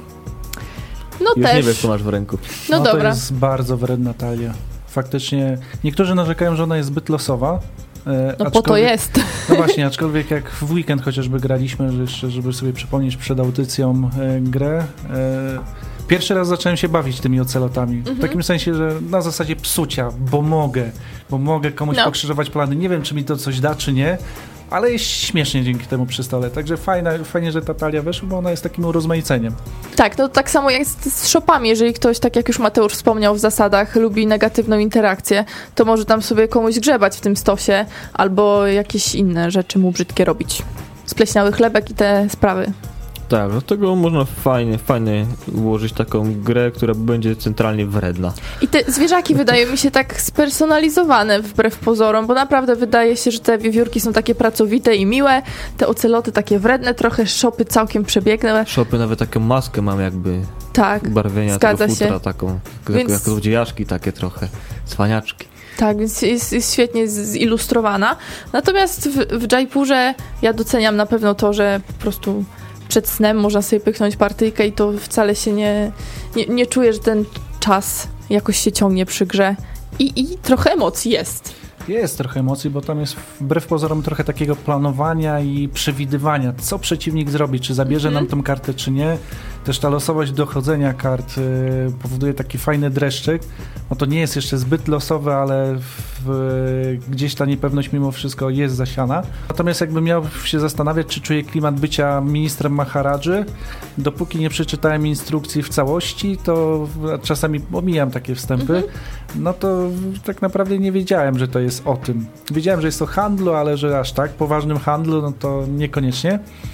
Speaker 1: No
Speaker 2: już
Speaker 1: też.
Speaker 2: nie wiesz, co masz w ręku.
Speaker 1: No,
Speaker 3: no
Speaker 1: dobra.
Speaker 3: To jest bardzo wredna talia. Faktycznie niektórzy narzekają, że ona jest zbyt losowa. E,
Speaker 1: no po to jest.
Speaker 3: No właśnie, aczkolwiek jak w weekend chociażby graliśmy, że jeszcze, żeby sobie przypomnieć przed audycją e, grę, e, pierwszy raz zacząłem się bawić tymi ocelotami. Mhm. W takim sensie, że na zasadzie psucia, bo mogę, bo mogę komuś no. pokrzyżować plany. Nie wiem, czy mi to coś da, czy nie, ale jest śmiesznie dzięki temu przy stole. Także fajna, fajnie, że ta talia weszła, bo ona jest takim urozmaiceniem. Tak,
Speaker 1: no tak samo jak z, z shopami. Jeżeli ktoś, tak jak już Mateusz wspomniał w zasadach, lubi negatywną interakcję, to może tam sobie komuś grzebać w tym stosie albo jakieś inne rzeczy mu brzydkie robić. Spleśniały chlebek i te sprawy.
Speaker 2: Tak, do tego można fajnie, fajnie ułożyć taką grę, która będzie centralnie wredna.
Speaker 1: I te zwierzaki wydają mi się tak spersonalizowane wbrew pozorom, bo naprawdę wydaje się, że te wiewiórki są takie pracowite i miłe, te oceloty takie wredne, trochę szopy całkiem przebiegłe.
Speaker 2: Szopy nawet taką maskę mam jakby
Speaker 1: tak,
Speaker 2: barwienia
Speaker 1: zgadza
Speaker 2: tego futra,
Speaker 1: się.
Speaker 2: taką,
Speaker 1: Więc...
Speaker 2: jak złodziejaszki takie trochę, cwaniaczki.
Speaker 1: Tak, więc jest, jest świetnie zilustrowana. Natomiast w, w Jaipurze ja doceniam na pewno to, że po prostu przed snem można sobie pyknąć partyjkę i to wcale się nie, nie, nie czuję, że ten czas jakoś się ciągnie przy grze. I, i trochę emocji jest.
Speaker 3: Jest trochę emocji, bo tam jest wbrew pozorom trochę takiego planowania i przewidywania, co przeciwnik zrobi, czy zabierze mhm. nam tą kartę, czy nie. Też ta losowość dochodzenia kart y, powoduje taki fajny dreszczyk. No to nie jest jeszcze zbyt losowe, ale w, y, gdzieś ta niepewność mimo wszystko jest zasiana. Natomiast jakbym miał się zastanawiać, czy czuję klimat bycia ministrem Maharadży, dopóki nie przeczytałem instrukcji w całości, to czasami omijam takie wstępy, mhm. no to tak naprawdę nie wiedziałem, że to jest o tym. Wiedziałem, że jest o handlu, ale że aż tak, poważnym handlu, no to niekoniecznie.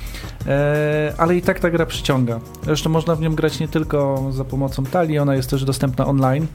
Speaker 3: E, ale i tak ta gra przyciąga. Zresztą można w nią grać nie tylko za pomocą talii, ona jest też dostępna online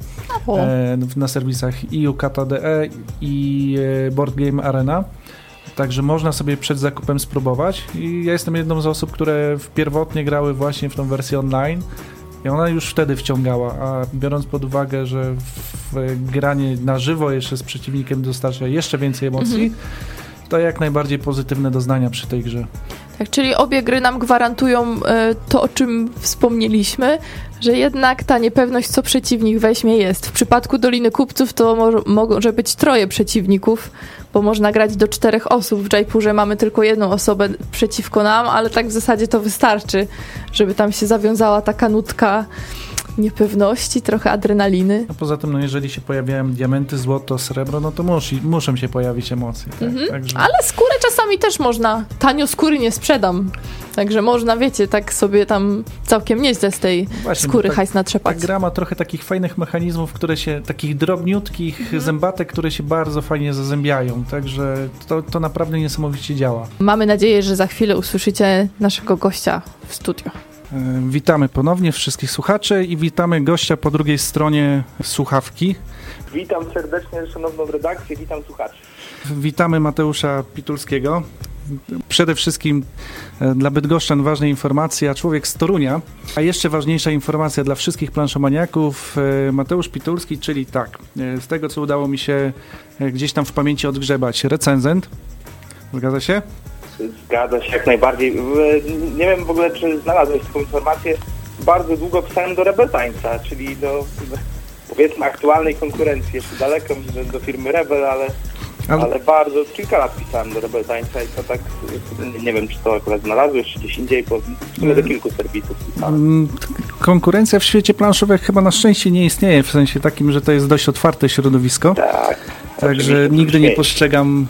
Speaker 3: e, na serwisach i u K T D E i Board Game Arena. Także można sobie przed zakupem spróbować i ja jestem jedną z osób, które pierwotnie grały właśnie w tą wersję online i ona już wtedy wciągała, a biorąc pod uwagę, że w granie na żywo jeszcze z przeciwnikiem dostarcza jeszcze więcej emocji, mhm. to jak najbardziej pozytywne doznania przy tej grze.
Speaker 1: Tak, czyli obie gry nam gwarantują y, to, o czym wspomnieliśmy, że jednak ta niepewność, co przeciwnik weźmie, jest. W przypadku Doliny Kupców to mo- może być troje przeciwników, bo można grać do czterech osób. W Jaipurze mamy tylko jedną osobę przeciwko nam, ale tak w zasadzie to wystarczy, żeby tam się zawiązała taka nutka niepewności, trochę adrenaliny.
Speaker 3: A poza tym, no jeżeli się pojawiają diamenty, złoto, srebro, no to musi, muszą się pojawić emocje. Tak?
Speaker 1: Mhm.
Speaker 3: Także...
Speaker 1: Ale skórę czasami też można. Tanio skóry nie sprzedam. Także można, wiecie, tak sobie tam całkiem nieźle z tej Właśnie, skóry tak, hajs natrzepać.
Speaker 3: Ta gra ma trochę takich fajnych mechanizmów, które się, takich drobniutkich mhm. zębatek, które się bardzo fajnie zazębiają. Także to, to naprawdę niesamowicie działa.
Speaker 1: Mamy nadzieję, że za chwilę usłyszycie naszego gościa w studio.
Speaker 3: Witamy ponownie wszystkich słuchaczy i witamy gościa po drugiej stronie słuchawki.
Speaker 4: Witam serdecznie szanowną redakcję, witam słuchaczy.
Speaker 3: Witamy Mateusza Pitulskiego. Przede wszystkim dla bydgoszczan ważne informacje, a człowiek z Torunia. A jeszcze ważniejsza informacja dla wszystkich planszomaniaków. Mateusz Pitulski, czyli tak, z tego co udało mi się gdzieś tam w pamięci odgrzebać, recenzent. Zgadza się?
Speaker 4: Zgadza się jak najbardziej. Nie wiem w ogóle, czy znalazłeś taką informację. Bardzo długo pisałem do Rebeltańca, czyli do, powiedzmy, aktualnej konkurencji. Jeszcze daleko do, do firmy Rebel, ale, ale... ale bardzo, kilka lat pisałem do Rebeltańca i to tak, nie wiem, czy to akurat znalazłeś, czy gdzieś indziej, bo do kilku serwisów pisałem.
Speaker 3: Konkurencja w świecie planszowym chyba na szczęście nie istnieje, w sensie takim, że to jest dość otwarte środowisko.
Speaker 4: Tak.
Speaker 3: Także nigdy nie postrzegam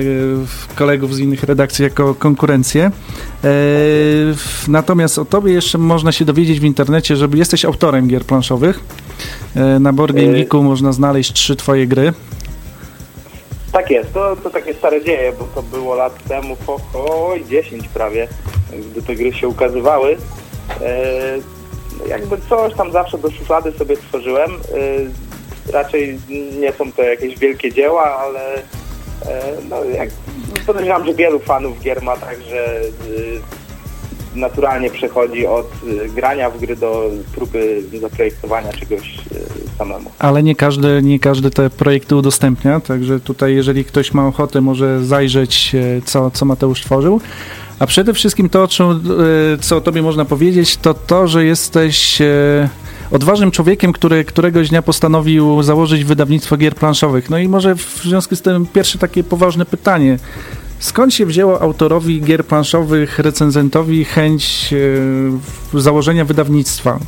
Speaker 3: e, kolegów z innych redakcji jako konkurencję. E, w, natomiast o tobie jeszcze można się dowiedzieć w internecie, że jesteś autorem gier planszowych. E, na Board Game Geeku można znaleźć trzy twoje gry.
Speaker 4: Tak jest, to, to takie stare dzieje, bo to było lat temu, ho, ho, dziesięć prawie, gdy te gry się ukazywały. E, jakby coś tam zawsze do szuflady sobie tworzyłem. E, Raczej nie są to jakieś wielkie dzieła, ale e, no, jak, podejrzewam, że wielu fanów gier ma tak, że y, naturalnie przechodzi od y, grania w gry do próby zaprojektowania czegoś y, samemu.
Speaker 3: Ale nie każdy, nie każdy te projekty udostępnia, także tutaj jeżeli ktoś ma ochotę, może zajrzeć, co, co Mateusz tworzył. A przede wszystkim to, co o tobie można powiedzieć, to to, że jesteś odważnym człowiekiem, który któregoś dnia postanowił założyć wydawnictwo gier planszowych. No i może w związku z tym pierwsze takie poważne pytanie. Skąd się wzięło autorowi gier planszowych, recenzentowi chęć e, założenia wydawnictwa?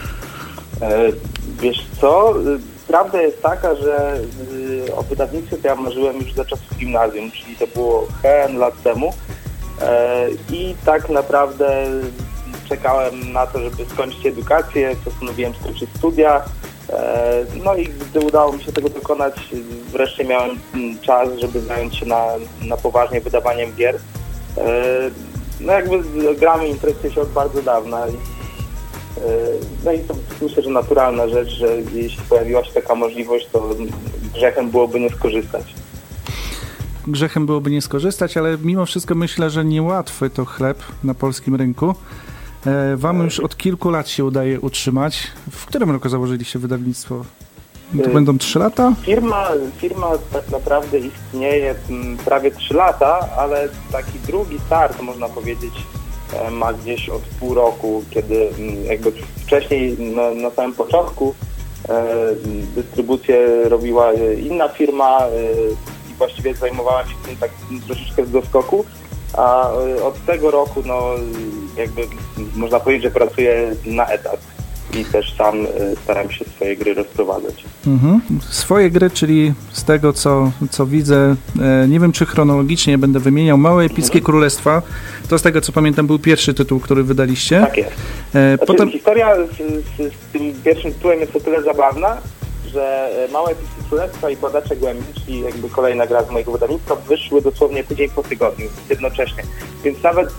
Speaker 4: E, wiesz co? Prawda jest taka, że y, o wydawnictwie to ja marzyłem już za czasów gimnazjum, czyli to było hen lat temu. E, I tak naprawdę czekałem na to, żeby skończyć edukację, postanowiłem skończyć studia. E, no i gdy udało mi się tego dokonać, wreszcie miałem czas, żeby zająć się na, na poważnie wydawaniem gier. E, no jakby grami interesuję się od bardzo dawna. I, e, no i to myślę, że naturalna rzecz, że jeśli pojawiła się taka możliwość, to grzechem byłoby nie skorzystać.
Speaker 3: Grzechem byłoby nie skorzystać, ale mimo wszystko myślę, że niełatwy to chleb na polskim rynku. Wam już od kilku lat się udaje utrzymać. W którym roku założyliście wydawnictwo? To będą trzy lata?
Speaker 4: Firma, firma tak naprawdę istnieje prawie trzy lata, ale taki drugi start, można powiedzieć, ma gdzieś od pół roku, kiedy jakby wcześniej na, na samym początku dystrybucję robiła inna firma i właściwie zajmowałem się tym tak troszeczkę z doskoku, a od tego roku no jakby można powiedzieć, że pracuję na etat i też sam staram się swoje gry rozprowadzać.
Speaker 3: Mhm. Swoje gry, czyli z tego co, co widzę, e, nie wiem czy chronologicznie będę wymieniał, Małe Epickie mhm. Królestwa, to z tego co pamiętam był pierwszy tytuł, który wydaliście.
Speaker 4: Tak jest. E, znaczy, potem... Historia z, z, z tym pierwszym tytułem jest o tyle zabawna, że Małe Epickie Królestwa i Badacze Głębi, czyli jakby kolejna gra z mojego wydawnictwa, wyszły dosłownie tydzień po tygodniu, jednocześnie. Więc nawet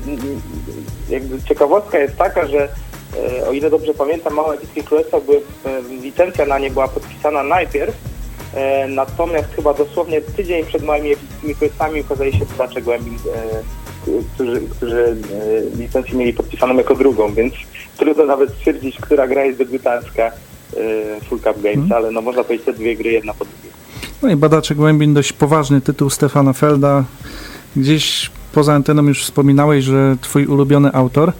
Speaker 4: jakby ciekawostka jest taka, że o ile dobrze pamiętam, Małe Epickie Królestwa, były, licencja na nie była podpisana najpierw, natomiast chyba dosłownie tydzień przed Małymi Epickimi Królestwami ukazali się Badacze Głębi, którzy, którzy licencję mieli podpisaną jako drugą, więc trudno nawet stwierdzić, która gra jest debiutancka Full Cup Games, hmm. ale no można powiedzieć te dwie gry jedna po drugiej. No
Speaker 3: i Badacze Głębin, dość poważny tytuł Stefana Felda. Gdzieś poza anteną już wspominałeś, że twój ulubiony autor.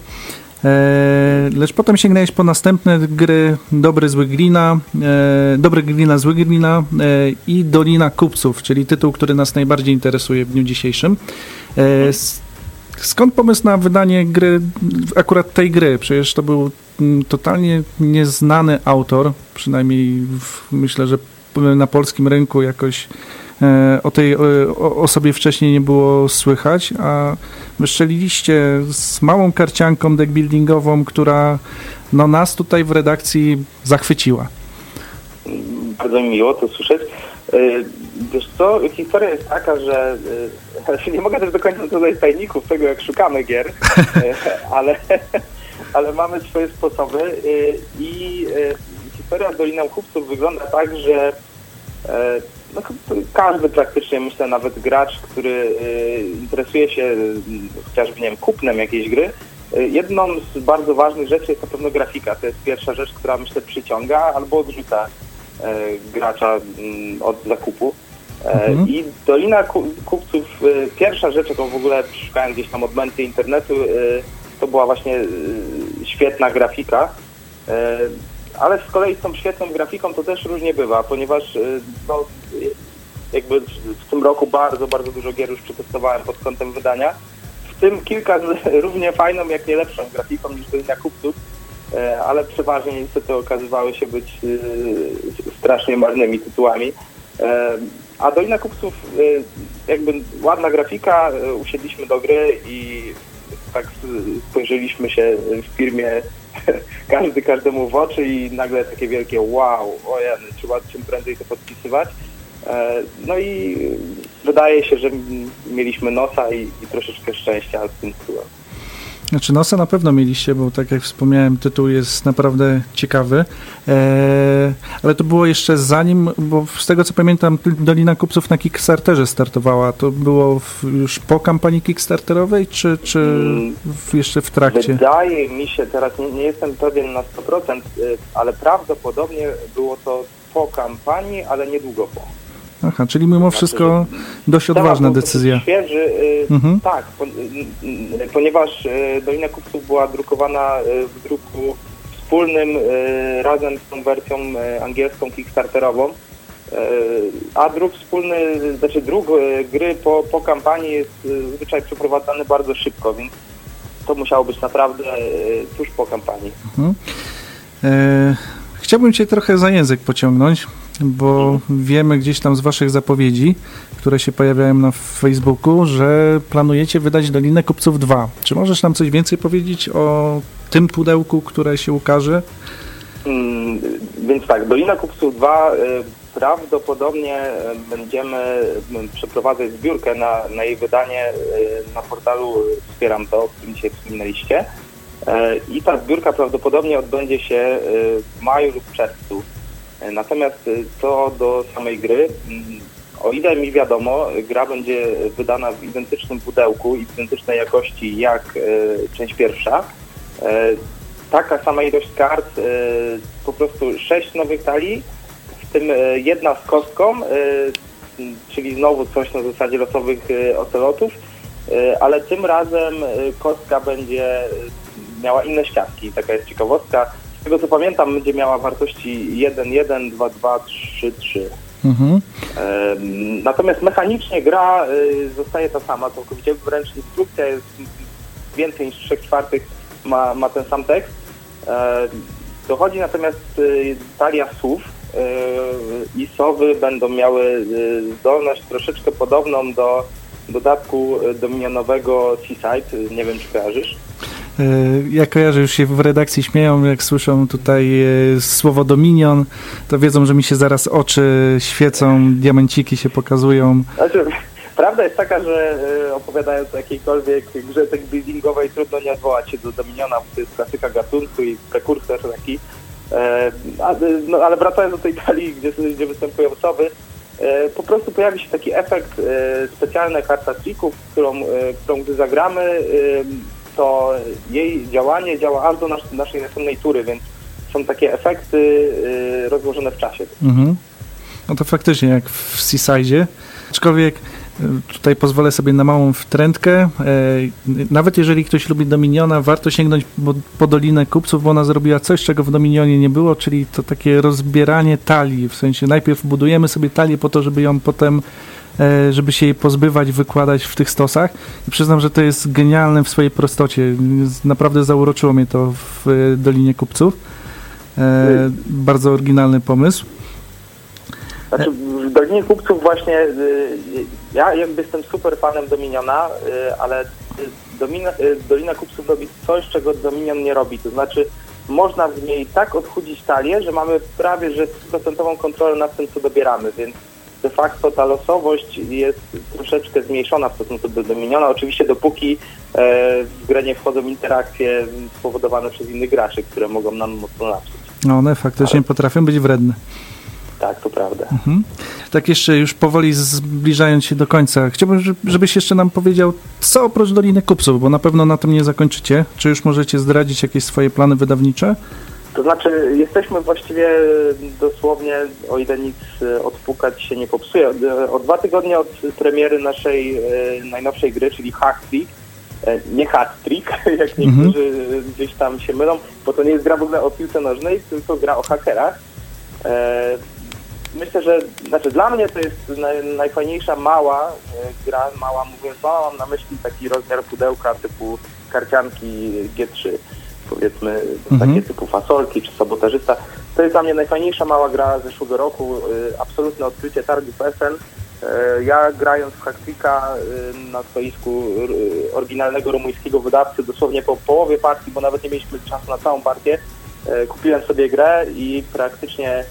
Speaker 3: E, lecz potem sięgnąłeś po następne gry Dobry Zły Glina, e, Dobry Glina, Zły Glina e, i Dolina Kupców, czyli tytuł, który nas najbardziej interesuje w dniu dzisiejszym. E, skąd pomysł na wydanie gry, akurat tej gry? Przecież to był totalnie nieznany autor, przynajmniej w, myślę, że na polskim rynku jakoś e, o tej o, osobie wcześniej nie było słychać, a wyszczeliliście z małą karcianką deckbuildingową, która no, nas tutaj w redakcji zachwyciła.
Speaker 4: Bardzo mi miło to słyszeć. Wiesz co, historia jest taka, że nie mogę też do końca dodać tajników tego, jak szukamy gier, ale ale mamy swoje sposoby i historia Dolina Kupców wygląda tak, że no, każdy praktycznie, myślę, nawet gracz, który interesuje się chociażby, nie wiem, kupnem jakiejś gry, jedną z bardzo ważnych rzeczy jest na pewno grafika. To jest pierwsza rzecz, która, myślę, przyciąga albo odrzuca gracza od zakupu. Mhm. I Dolina Kupców, pierwsza rzecz, jaką w ogóle szukałem gdzieś tam odmęty internetu, to była właśnie świetna grafika, ale z kolei z tą świetną grafiką to też różnie bywa, ponieważ no, jakby w tym roku bardzo, bardzo dużo gier już przetestowałem pod kątem wydania, w tym kilka z równie fajną, jak nie lepszą grafiką niż Dolina Kupców, ale przeważnie niestety okazywały się być strasznie marnymi tytułami. A Dolina Kupców, jakby ładna grafika, usiedliśmy do gry i tak spojrzeliśmy się w firmie każdy każdemu w oczy i nagle takie wielkie wow, ojej, trzeba czym prędzej to podpisywać. No i wydaje się, że mieliśmy nosa i, i troszeczkę szczęścia z tym tytułem.
Speaker 3: Znaczy nosa na pewno mieliście, bo tak jak wspomniałem, tytuł jest naprawdę ciekawy, eee, ale to było jeszcze zanim, bo z tego co pamiętam, Dolina Kupców na Kickstarterze startowała. To było w, już po kampanii kickstarterowej, czy, czy w, jeszcze w trakcie?
Speaker 4: Wydaje mi się, teraz nie, nie jestem pewien na sto procent, ale prawdopodobnie było to po kampanii, ale niedługo po.
Speaker 3: Aha, czyli mimo wszystko znaczy, dość odważna decyzja.
Speaker 4: Świeży, y, mhm. Tak, po, y, y, ponieważ y, Dolina Kupców była drukowana y, w druku wspólnym y, razem z tą wersją y, angielską kickstarterową, y, a druk wspólny, znaczy druk y, gry po, po kampanii jest y, zwyczaj przeprowadzany bardzo szybko, więc to musiało być naprawdę y, tuż po kampanii.
Speaker 3: Mhm. E, chciałbym Cię trochę za język pociągnąć, bo wiemy gdzieś tam z waszych zapowiedzi, które się pojawiają na Facebooku, że planujecie wydać Dolinę Kupców dwa. Czy możesz nam coś więcej powiedzieć o tym pudełku, które się ukaże?
Speaker 4: Hmm, więc tak, Dolina Kupców dwa y, prawdopodobnie będziemy przeprowadzać zbiórkę na, na jej wydanie y, na portalu Wspieram To, o którym dzisiaj wspominaliście. Y, I ta zbiórka prawdopodobnie odbędzie się y, w maju lub czerwcu. Natomiast co do samej gry, o ile mi wiadomo, gra będzie wydana w identycznym pudełku i w identycznej jakości jak e, część pierwsza. E, taka sama ilość kart, e, po prostu sześć nowych talii, w tym e, jedna z kostką, e, czyli znowu coś na zasadzie losowych e, ocelotów, e, ale tym razem e, kostka będzie miała inne ścianki. Taka jest ciekawostka. Z tego co pamiętam, będzie miała wartości jeden, jeden, dwa, dwa, trzy, trzy.
Speaker 3: Mhm.
Speaker 4: Natomiast mechanicznie gra zostaje ta sama, całkowicie wręcz instrukcja jest więcej niż trzech czwartych ma, ma ten sam tekst. Dochodzi natomiast talia słów i sowy będą miały zdolność troszeczkę podobną do dodatku dominionowego Seaside. Nie wiem, czy kojarzysz?
Speaker 3: Ja kojarzę, już się w redakcji śmieją, jak słyszą tutaj słowo Dominion, to wiedzą, że mi się zaraz oczy świecą, diamenciki się pokazują.
Speaker 4: Znaczy, prawda jest taka, że opowiadając o jakiejkolwiek grze tak buildingowej trudno nie odwołać się do Dominiona, bo to jest klasyka gatunku i prekursor taki. No, ale wracając do tej talii, gdzie, gdzie występują sowy, po prostu pojawi się taki efekt, specjalna karta trików, którą, którą gdy zagramy, to jej działanie działa aż do nas, naszej następnej tury, więc są takie efekty y, rozłożone w czasie.
Speaker 3: Mhm. No to faktycznie jak w Seaside, aczkolwiek tutaj pozwolę sobie na małą wtrętkę. E, nawet jeżeli ktoś lubi Dominiona, warto sięgnąć po, po Dolinę Kupców, bo ona zrobiła coś, czego w Dominionie nie było, czyli to takie rozbieranie talii, w sensie najpierw budujemy sobie talię po to, żeby ją potem żeby się jej pozbywać, wykładać w tych stosach. I przyznam, że to jest genialne w swojej prostocie. Naprawdę zauroczyło mnie to w Dolinie Kupców. E, bardzo oryginalny pomysł.
Speaker 4: Znaczy, w Dolinie Kupców właśnie ja jakby jestem super fanem Dominiona, ale Domina, Dolina Kupców robi coś, czego Dominion nie robi. To znaczy można w niej tak odchudzić talię, że mamy prawie że stuprocentową kontrolę nad tym, co dobieramy, więc de facto ta losowość jest troszeczkę zmniejszona w stosunku do Dominiona, oczywiście dopóki e, w grę nie wchodzą interakcje spowodowane przez innych graczy, które mogą nam mocno napsuć.
Speaker 3: No one faktycznie Ale... potrafią być wredne.
Speaker 4: Tak, to prawda.
Speaker 3: Mhm. Tak jeszcze już powoli zbliżając się do końca, chciałbym, żebyś jeszcze nam powiedział, co oprócz Doliny Kupców, bo na pewno na tym nie zakończycie. Czy już możecie zdradzić jakieś swoje plany wydawnicze?
Speaker 4: To znaczy, jesteśmy właściwie dosłownie, o ile nic odpukać się nie popsuje, o dwa tygodnie od premiery naszej e, najnowszej gry, czyli Hacktrick, e, nie Hat-Trick, jak niektórzy mhm. gdzieś tam się mylą, bo to nie jest gra w ogóle o piłce nożnej, tylko gra o hakerach. E, myślę, że, znaczy dla mnie to jest naj, najfajniejsza mała e, gra, mała mówiąc mała, mam na myśli taki rozmiar pudełka typu karcianki G trzy. Powiedzmy mhm. takie typu fasolki czy sabotażysta. To jest dla mnie najfajniejsza mała gra zeszłego roku, y, absolutne odkrycie targów S N. Y, ja grając w Hacktricka y, na stoisku y, oryginalnego rumuńskiego wydawcy, dosłownie po połowie partii, bo nawet nie mieliśmy czasu na całą partię, y, kupiłem sobie grę i praktycznie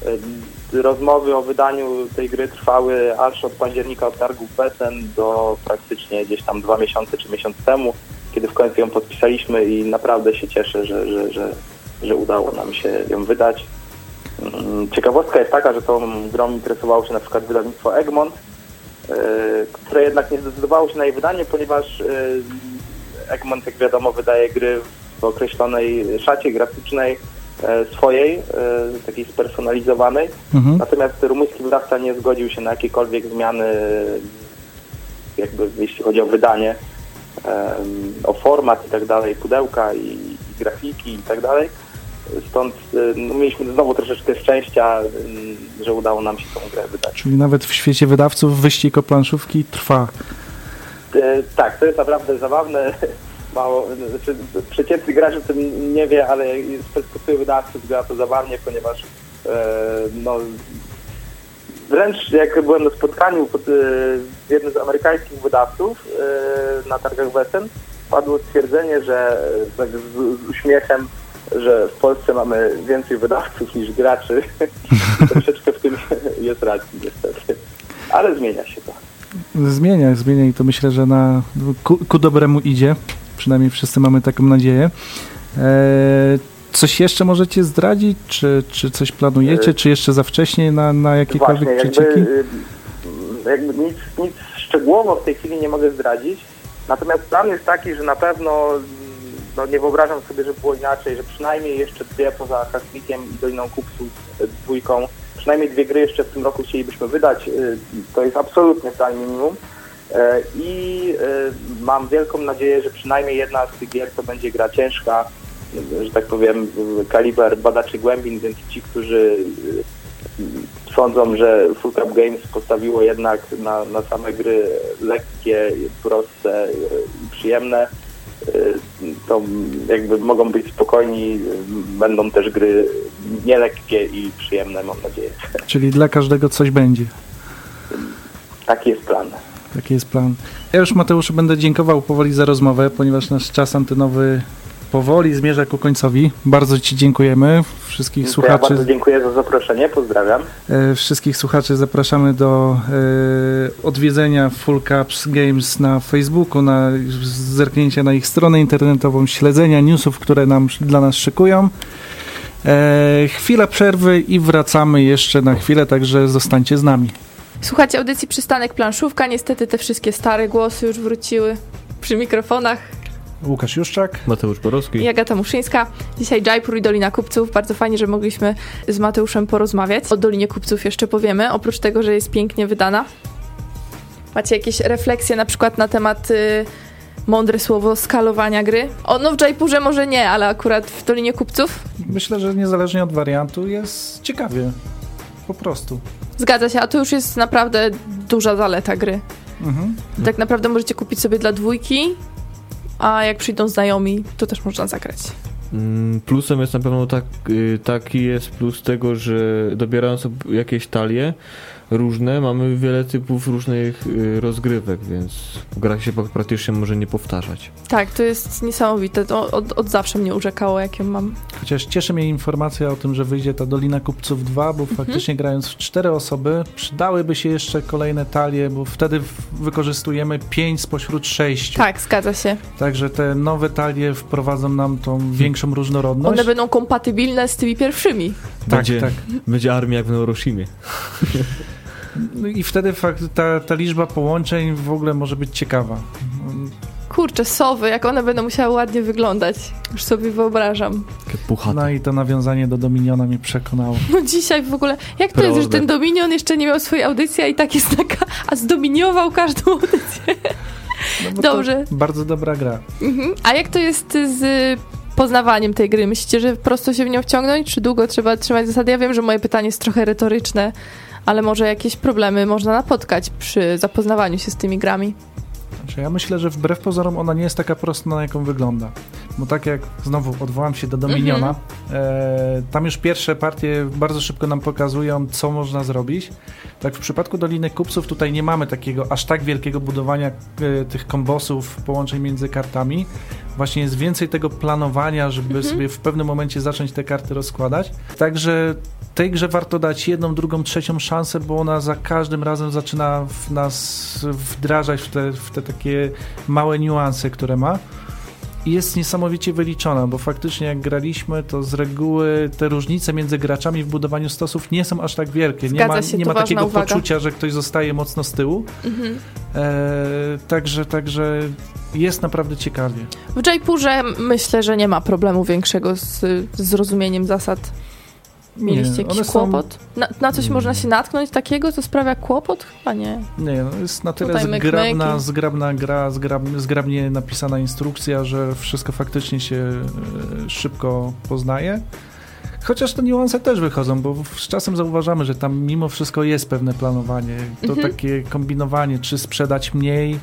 Speaker 4: y, rozmowy o wydaniu tej gry trwały aż od października od targów S N do praktycznie gdzieś tam dwa miesiące czy miesiąc temu, kiedy w końcu ją podpisaliśmy i naprawdę się cieszę, że, że, że, że udało nam się ją wydać. Ciekawostka jest taka, że tą grą interesowało się na przykład wydawnictwo Egmont, yy, które jednak nie zdecydowało się na jej wydanie, ponieważ yy, Egmont, jak wiadomo, wydaje gry w określonej szacie graficznej yy, swojej, yy, takiej spersonalizowanej. Mhm. Natomiast rumuński wydawca nie zgodził się na jakiekolwiek zmiany, jakby jeśli chodzi o wydanie, o format i tak dalej, pudełka i, i grafiki i tak dalej. Stąd no, mieliśmy znowu troszeczkę szczęścia, że udało nam się tą grę wydać.
Speaker 3: Czyli nawet w świecie wydawców wyścig o planszówki trwa.
Speaker 4: E, tak, to jest naprawdę zabawne. Mało, znaczy, przeciętny gracz o tym nie wie, ale z perspektywy wydawców wygląda to zabawnie, ponieważ e, no, wręcz jak byłem na spotkaniu pod, z jednym z amerykańskich wydawców yy, na targach W S N, padło stwierdzenie, że tak z, z uśmiechem, że w Polsce mamy więcej wydawców niż graczy. Troszeczkę w tym jest racji niestety. Ale zmienia się to.
Speaker 3: Zmienia, zmienia i to myślę, że na, ku, ku dobremu idzie. Przynajmniej wszyscy mamy taką nadzieję. Eee, Coś jeszcze możecie zdradzić? Czy, czy coś planujecie? Czy jeszcze za wcześnie na, na jakiekolwiek
Speaker 4: Właśnie,
Speaker 3: przecieki?
Speaker 4: Jakby, jakby nic, nic szczegółowo w tej chwili nie mogę zdradzić. Natomiast plan jest taki, że na pewno no nie wyobrażam sobie, że było inaczej, że przynajmniej jeszcze dwie poza Hacktrickiem i Doliną Kupców dwójką, przynajmniej dwie gry jeszcze w tym roku chcielibyśmy wydać. To jest absolutnie plan minimum. I mam wielką nadzieję, że przynajmniej jedna z tych gier to będzie gra ciężka, że tak powiem, kaliber badaczy głębin, więc ci, którzy sądzą, że Full Cup Games postawiło jednak na, na same gry lekkie, proste i przyjemne, to jakby mogą być spokojni, będą też gry nielekkie i przyjemne, mam nadzieję.
Speaker 3: Czyli dla każdego coś będzie.
Speaker 4: Taki jest plan.
Speaker 3: Taki jest plan. Ja już, Mateuszu, będę dziękował powoli za rozmowę, ponieważ nasz czas antenowy powoli zmierza ku końcowi. Bardzo Ci dziękujemy. Wszystkich
Speaker 4: Ja
Speaker 3: słuchaczy.
Speaker 4: bardzo dziękuję za zaproszenie, pozdrawiam.
Speaker 3: E, wszystkich słuchaczy zapraszamy do e, odwiedzenia Full Cups Games na Facebooku, na zerknięcia na ich stronę internetową, śledzenia newsów, które nam dla nas szykują. E, chwila przerwy i wracamy jeszcze na chwilę, także zostańcie z nami.
Speaker 1: Słuchajcie audycji Przystanek Planszówka. Niestety te wszystkie stare głosy już wróciły przy mikrofonach.
Speaker 3: Łukasz Juszczak.
Speaker 2: Mateusz Borowski.
Speaker 1: I Agata Muszyńska. Dzisiaj Jaipur i Dolina Kupców. Bardzo fajnie, że mogliśmy z Mateuszem porozmawiać. O Dolinie Kupców jeszcze powiemy, oprócz tego, że jest pięknie wydana. Macie jakieś refleksje na przykład na temat y, mądre słowo skalowania gry? O, no w Jaipurze może nie, ale akurat w Dolinie Kupców?
Speaker 3: Myślę, że niezależnie od wariantu jest ciekawie. Po prostu.
Speaker 1: Zgadza się, a to już jest naprawdę duża zaleta gry.
Speaker 3: Mhm.
Speaker 1: Tak naprawdę możecie kupić sobie dla dwójki, a jak przyjdą znajomi, to też można zagrać.
Speaker 2: Plusem jest na pewno tak, taki jest plus tego, że dobierając sobie jakieś talie różne, mamy wiele typów różnych rozgrywek, więc gra się praktycznie może nie powtarzać.
Speaker 1: Tak, to jest niesamowite. To od, od zawsze mnie urzekało, jak ją mam.
Speaker 3: Chociaż cieszy mnie informacja o tym, że wyjdzie ta Dolina Kupców dwa, bo mhm. faktycznie grając w cztery osoby przydałyby się jeszcze kolejne talie, bo wtedy wykorzystujemy pięć spośród sześciu.
Speaker 1: Tak, zgadza się.
Speaker 3: Także te nowe talie wprowadzą nam tą większą różnorodność.
Speaker 1: One będą kompatybilne z tymi pierwszymi.
Speaker 3: Tak,
Speaker 2: będzie,
Speaker 3: tak.
Speaker 2: Będzie armia jak w Neuroshimie.
Speaker 3: No i wtedy fakt, ta, ta liczba połączeń w ogóle może być ciekawa.
Speaker 1: Kurczę, sowy, jak one będą musiały ładnie wyglądać. Już sobie wyobrażam.
Speaker 3: No i to nawiązanie do Dominiona mnie przekonało.
Speaker 1: No dzisiaj w ogóle, jak to jest, że ten Dominion jeszcze nie miał swojej audycji, a i tak jest taka, a zdominiował każdą audycję.
Speaker 3: No
Speaker 1: Dobrze.
Speaker 3: Bardzo dobra gra.
Speaker 1: Mhm. A jak to jest z poznawaniem tej gry? Myślicie, że prosto się w nią wciągnąć, czy długo trzeba trzymać zasady? Ja wiem, że moje pytanie jest trochę retoryczne, ale może jakieś problemy można napotkać przy zapoznawaniu się z tymi grami?
Speaker 3: Znaczy, ja myślę, że wbrew pozorom ona nie jest taka prosta, na jaką wygląda. Bo tak jak, znowu odwołam się do Dominiona, mm-hmm. e, tam już pierwsze partie bardzo szybko nam pokazują, co można zrobić. Tak w przypadku Doliny Kupców tutaj nie mamy takiego aż tak wielkiego budowania e, tych kombosów, połączeń między kartami. Właśnie jest więcej tego planowania, żeby mm-hmm. sobie w pewnym momencie zacząć te karty rozkładać. Także tej grze warto dać jedną, drugą, trzecią szansę, bo ona za każdym razem zaczyna w nas wdrażać w te, w te takie małe niuanse, które ma. I jest niesamowicie wyliczona, bo faktycznie jak graliśmy, to z reguły te różnice między graczami w budowaniu stosów nie są aż tak wielkie. Nie ma,
Speaker 1: się,
Speaker 3: nie ma takiego
Speaker 1: uwaga.
Speaker 3: poczucia, że ktoś zostaje mocno z tyłu. Mhm. E, także, także jest naprawdę ciekawie.
Speaker 1: W Jaipurze myślę, że nie ma problemu większego z, z zrozumieniem zasad. Mieliście nie, jakiś kłopot? Są... Na, na coś hmm. można się natknąć takiego, co sprawia kłopot? Chyba nie.
Speaker 3: Nie, no jest na tyle zgrabna, zgrabna gra, zgrab, zgrabnie napisana instrukcja, że wszystko faktycznie się e, szybko poznaje. Chociaż te niuanse też wychodzą, bo z czasem zauważamy, że tam mimo wszystko jest pewne planowanie. To mhm. takie kombinowanie, czy sprzedać mniej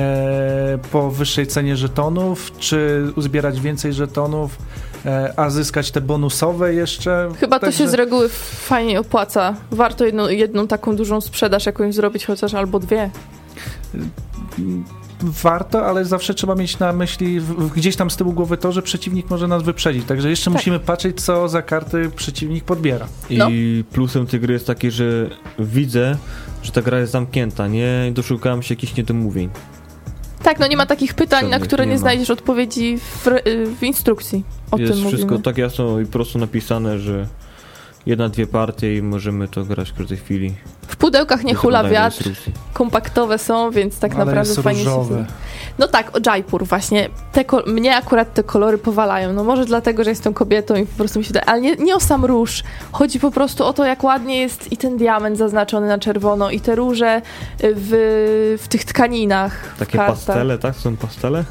Speaker 3: e, po wyższej cenie żetonów, czy uzbierać więcej żetonów, a zyskać te bonusowe jeszcze.
Speaker 1: Chyba
Speaker 3: Także...
Speaker 1: to się z reguły fajnie opłaca. Warto jedną, jedną taką dużą sprzedaż jakąś zrobić, chociaż albo dwie.
Speaker 3: Warto, ale zawsze trzeba mieć na myśli w, gdzieś tam z tyłu głowy to, że przeciwnik może nas wyprzedzić. Także jeszcze tak. musimy patrzeć, co za karty przeciwnik podbiera.
Speaker 2: I no. plusem tej gry jest taki, że widzę, że ta gra jest zamknięta, nie doszukałem się jakichś niedomówień.
Speaker 1: Tak, no nie ma takich pytań, Żadnych na które nie, nie znajdziesz odpowiedzi w, w instrukcji. O
Speaker 2: jest
Speaker 1: tym mówimy.
Speaker 2: Wszystko tak jasno i prosto napisane, że jedna, dwie partie i możemy to grać w każdej chwili.
Speaker 1: W pudełkach nie hula wiatr, kompaktowe są, więc tak
Speaker 3: Ale
Speaker 1: naprawdę
Speaker 3: jest
Speaker 1: fajnie
Speaker 3: różowe.
Speaker 1: się... No tak, o Jaipur właśnie. Te ko- mnie akurat te kolory powalają. No może dlatego, że jestem kobietą i po prostu mi się wydaje, ale nie, nie o sam róż. Chodzi po prostu o to, jak ładnie jest i ten diament zaznaczony na czerwono i te róże w, w tych tkaninach.
Speaker 2: Takie pastele, tak? Są pastele?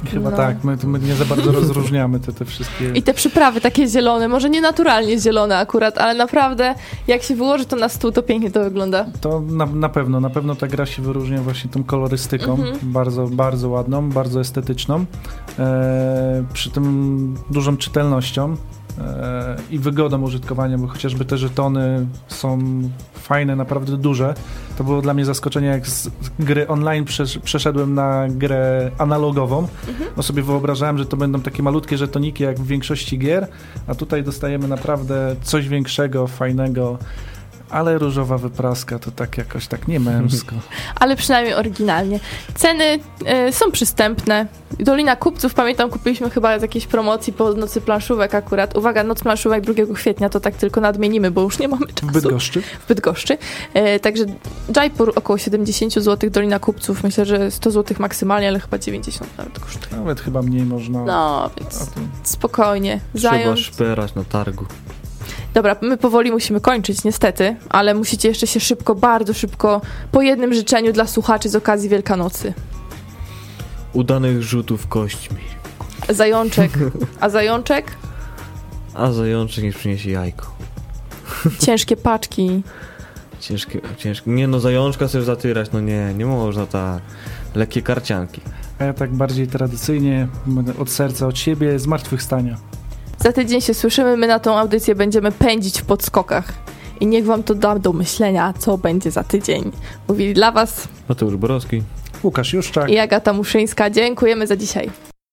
Speaker 3: Chyba
Speaker 1: No.
Speaker 3: tak, my, my nie za bardzo rozróżniamy te, te wszystkie...
Speaker 1: I te przyprawy takie zielone, może nie naturalnie zielone akurat, ale naprawdę jak się wyłoży to na stół, to pięknie to wygląda.
Speaker 3: To na, na pewno, na pewno ta gra się wyróżnia właśnie tą kolorystyką,
Speaker 1: Mhm.
Speaker 3: bardzo, bardzo ładną, bardzo estetyczną, e, przy tym dużą czytelnością e, i wygodą użytkowania, bo chociażby te żetony są fajne, naprawdę duże. To było dla mnie zaskoczenie, jak z gry online przesz- przeszedłem na grę analogową.
Speaker 1: Mhm.
Speaker 3: No sobie wyobrażałem, że to będą takie malutkie żetoniki jak w większości gier, a tutaj dostajemy naprawdę coś większego, fajnego. Ale różowa wypraska to tak jakoś tak nie męsko.
Speaker 1: Ale przynajmniej oryginalnie. Ceny y, są przystępne. Dolina Kupców, pamiętam, kupiliśmy chyba z jakiejś promocji po Nocy Planszówek akurat. Uwaga, Noc Planszówek drugiego kwietnia, to tak tylko nadmienimy, bo już nie mamy czasu.
Speaker 3: W Bydgoszczy?
Speaker 1: W Bydgoszczy. Y, także Jaipur około siedemdziesiąt złotych, Dolina Kupców myślę, że sto złotych maksymalnie, ale chyba dziewięćdziesiąt nawet kosztuje.
Speaker 3: Nawet chyba mniej można.
Speaker 1: No,
Speaker 3: A
Speaker 1: więc
Speaker 3: to...
Speaker 1: spokojnie.
Speaker 2: Trzeba
Speaker 1: Zająć.
Speaker 2: szperać na targu.
Speaker 1: Dobra, my powoli musimy kończyć, niestety, ale musicie jeszcze się szybko, bardzo szybko, po jednym życzeniu dla słuchaczy z okazji Wielkanocy.
Speaker 2: Udanych rzutów kośćmi.
Speaker 1: Zajączek. A zajączek?
Speaker 2: A zajączek niech przyniesie jajko.
Speaker 1: Ciężkie paczki.
Speaker 2: Ciężkie, ciężkie. Nie no, zajączka chcesz zatyrać, no nie, nie można tak. Lekkie karcianki.
Speaker 3: A ja tak bardziej tradycyjnie, od serca, od siebie, zmartwychwstania.
Speaker 1: Za tydzień się słyszymy, my na tą audycję będziemy pędzić w podskokach. I niech wam to da do myślenia, co będzie za tydzień. Mówili dla was
Speaker 2: Mateusz Borowski.
Speaker 3: Łukasz Juszczak.
Speaker 1: i Agata Muszyńska. Dziękujemy za dzisiaj.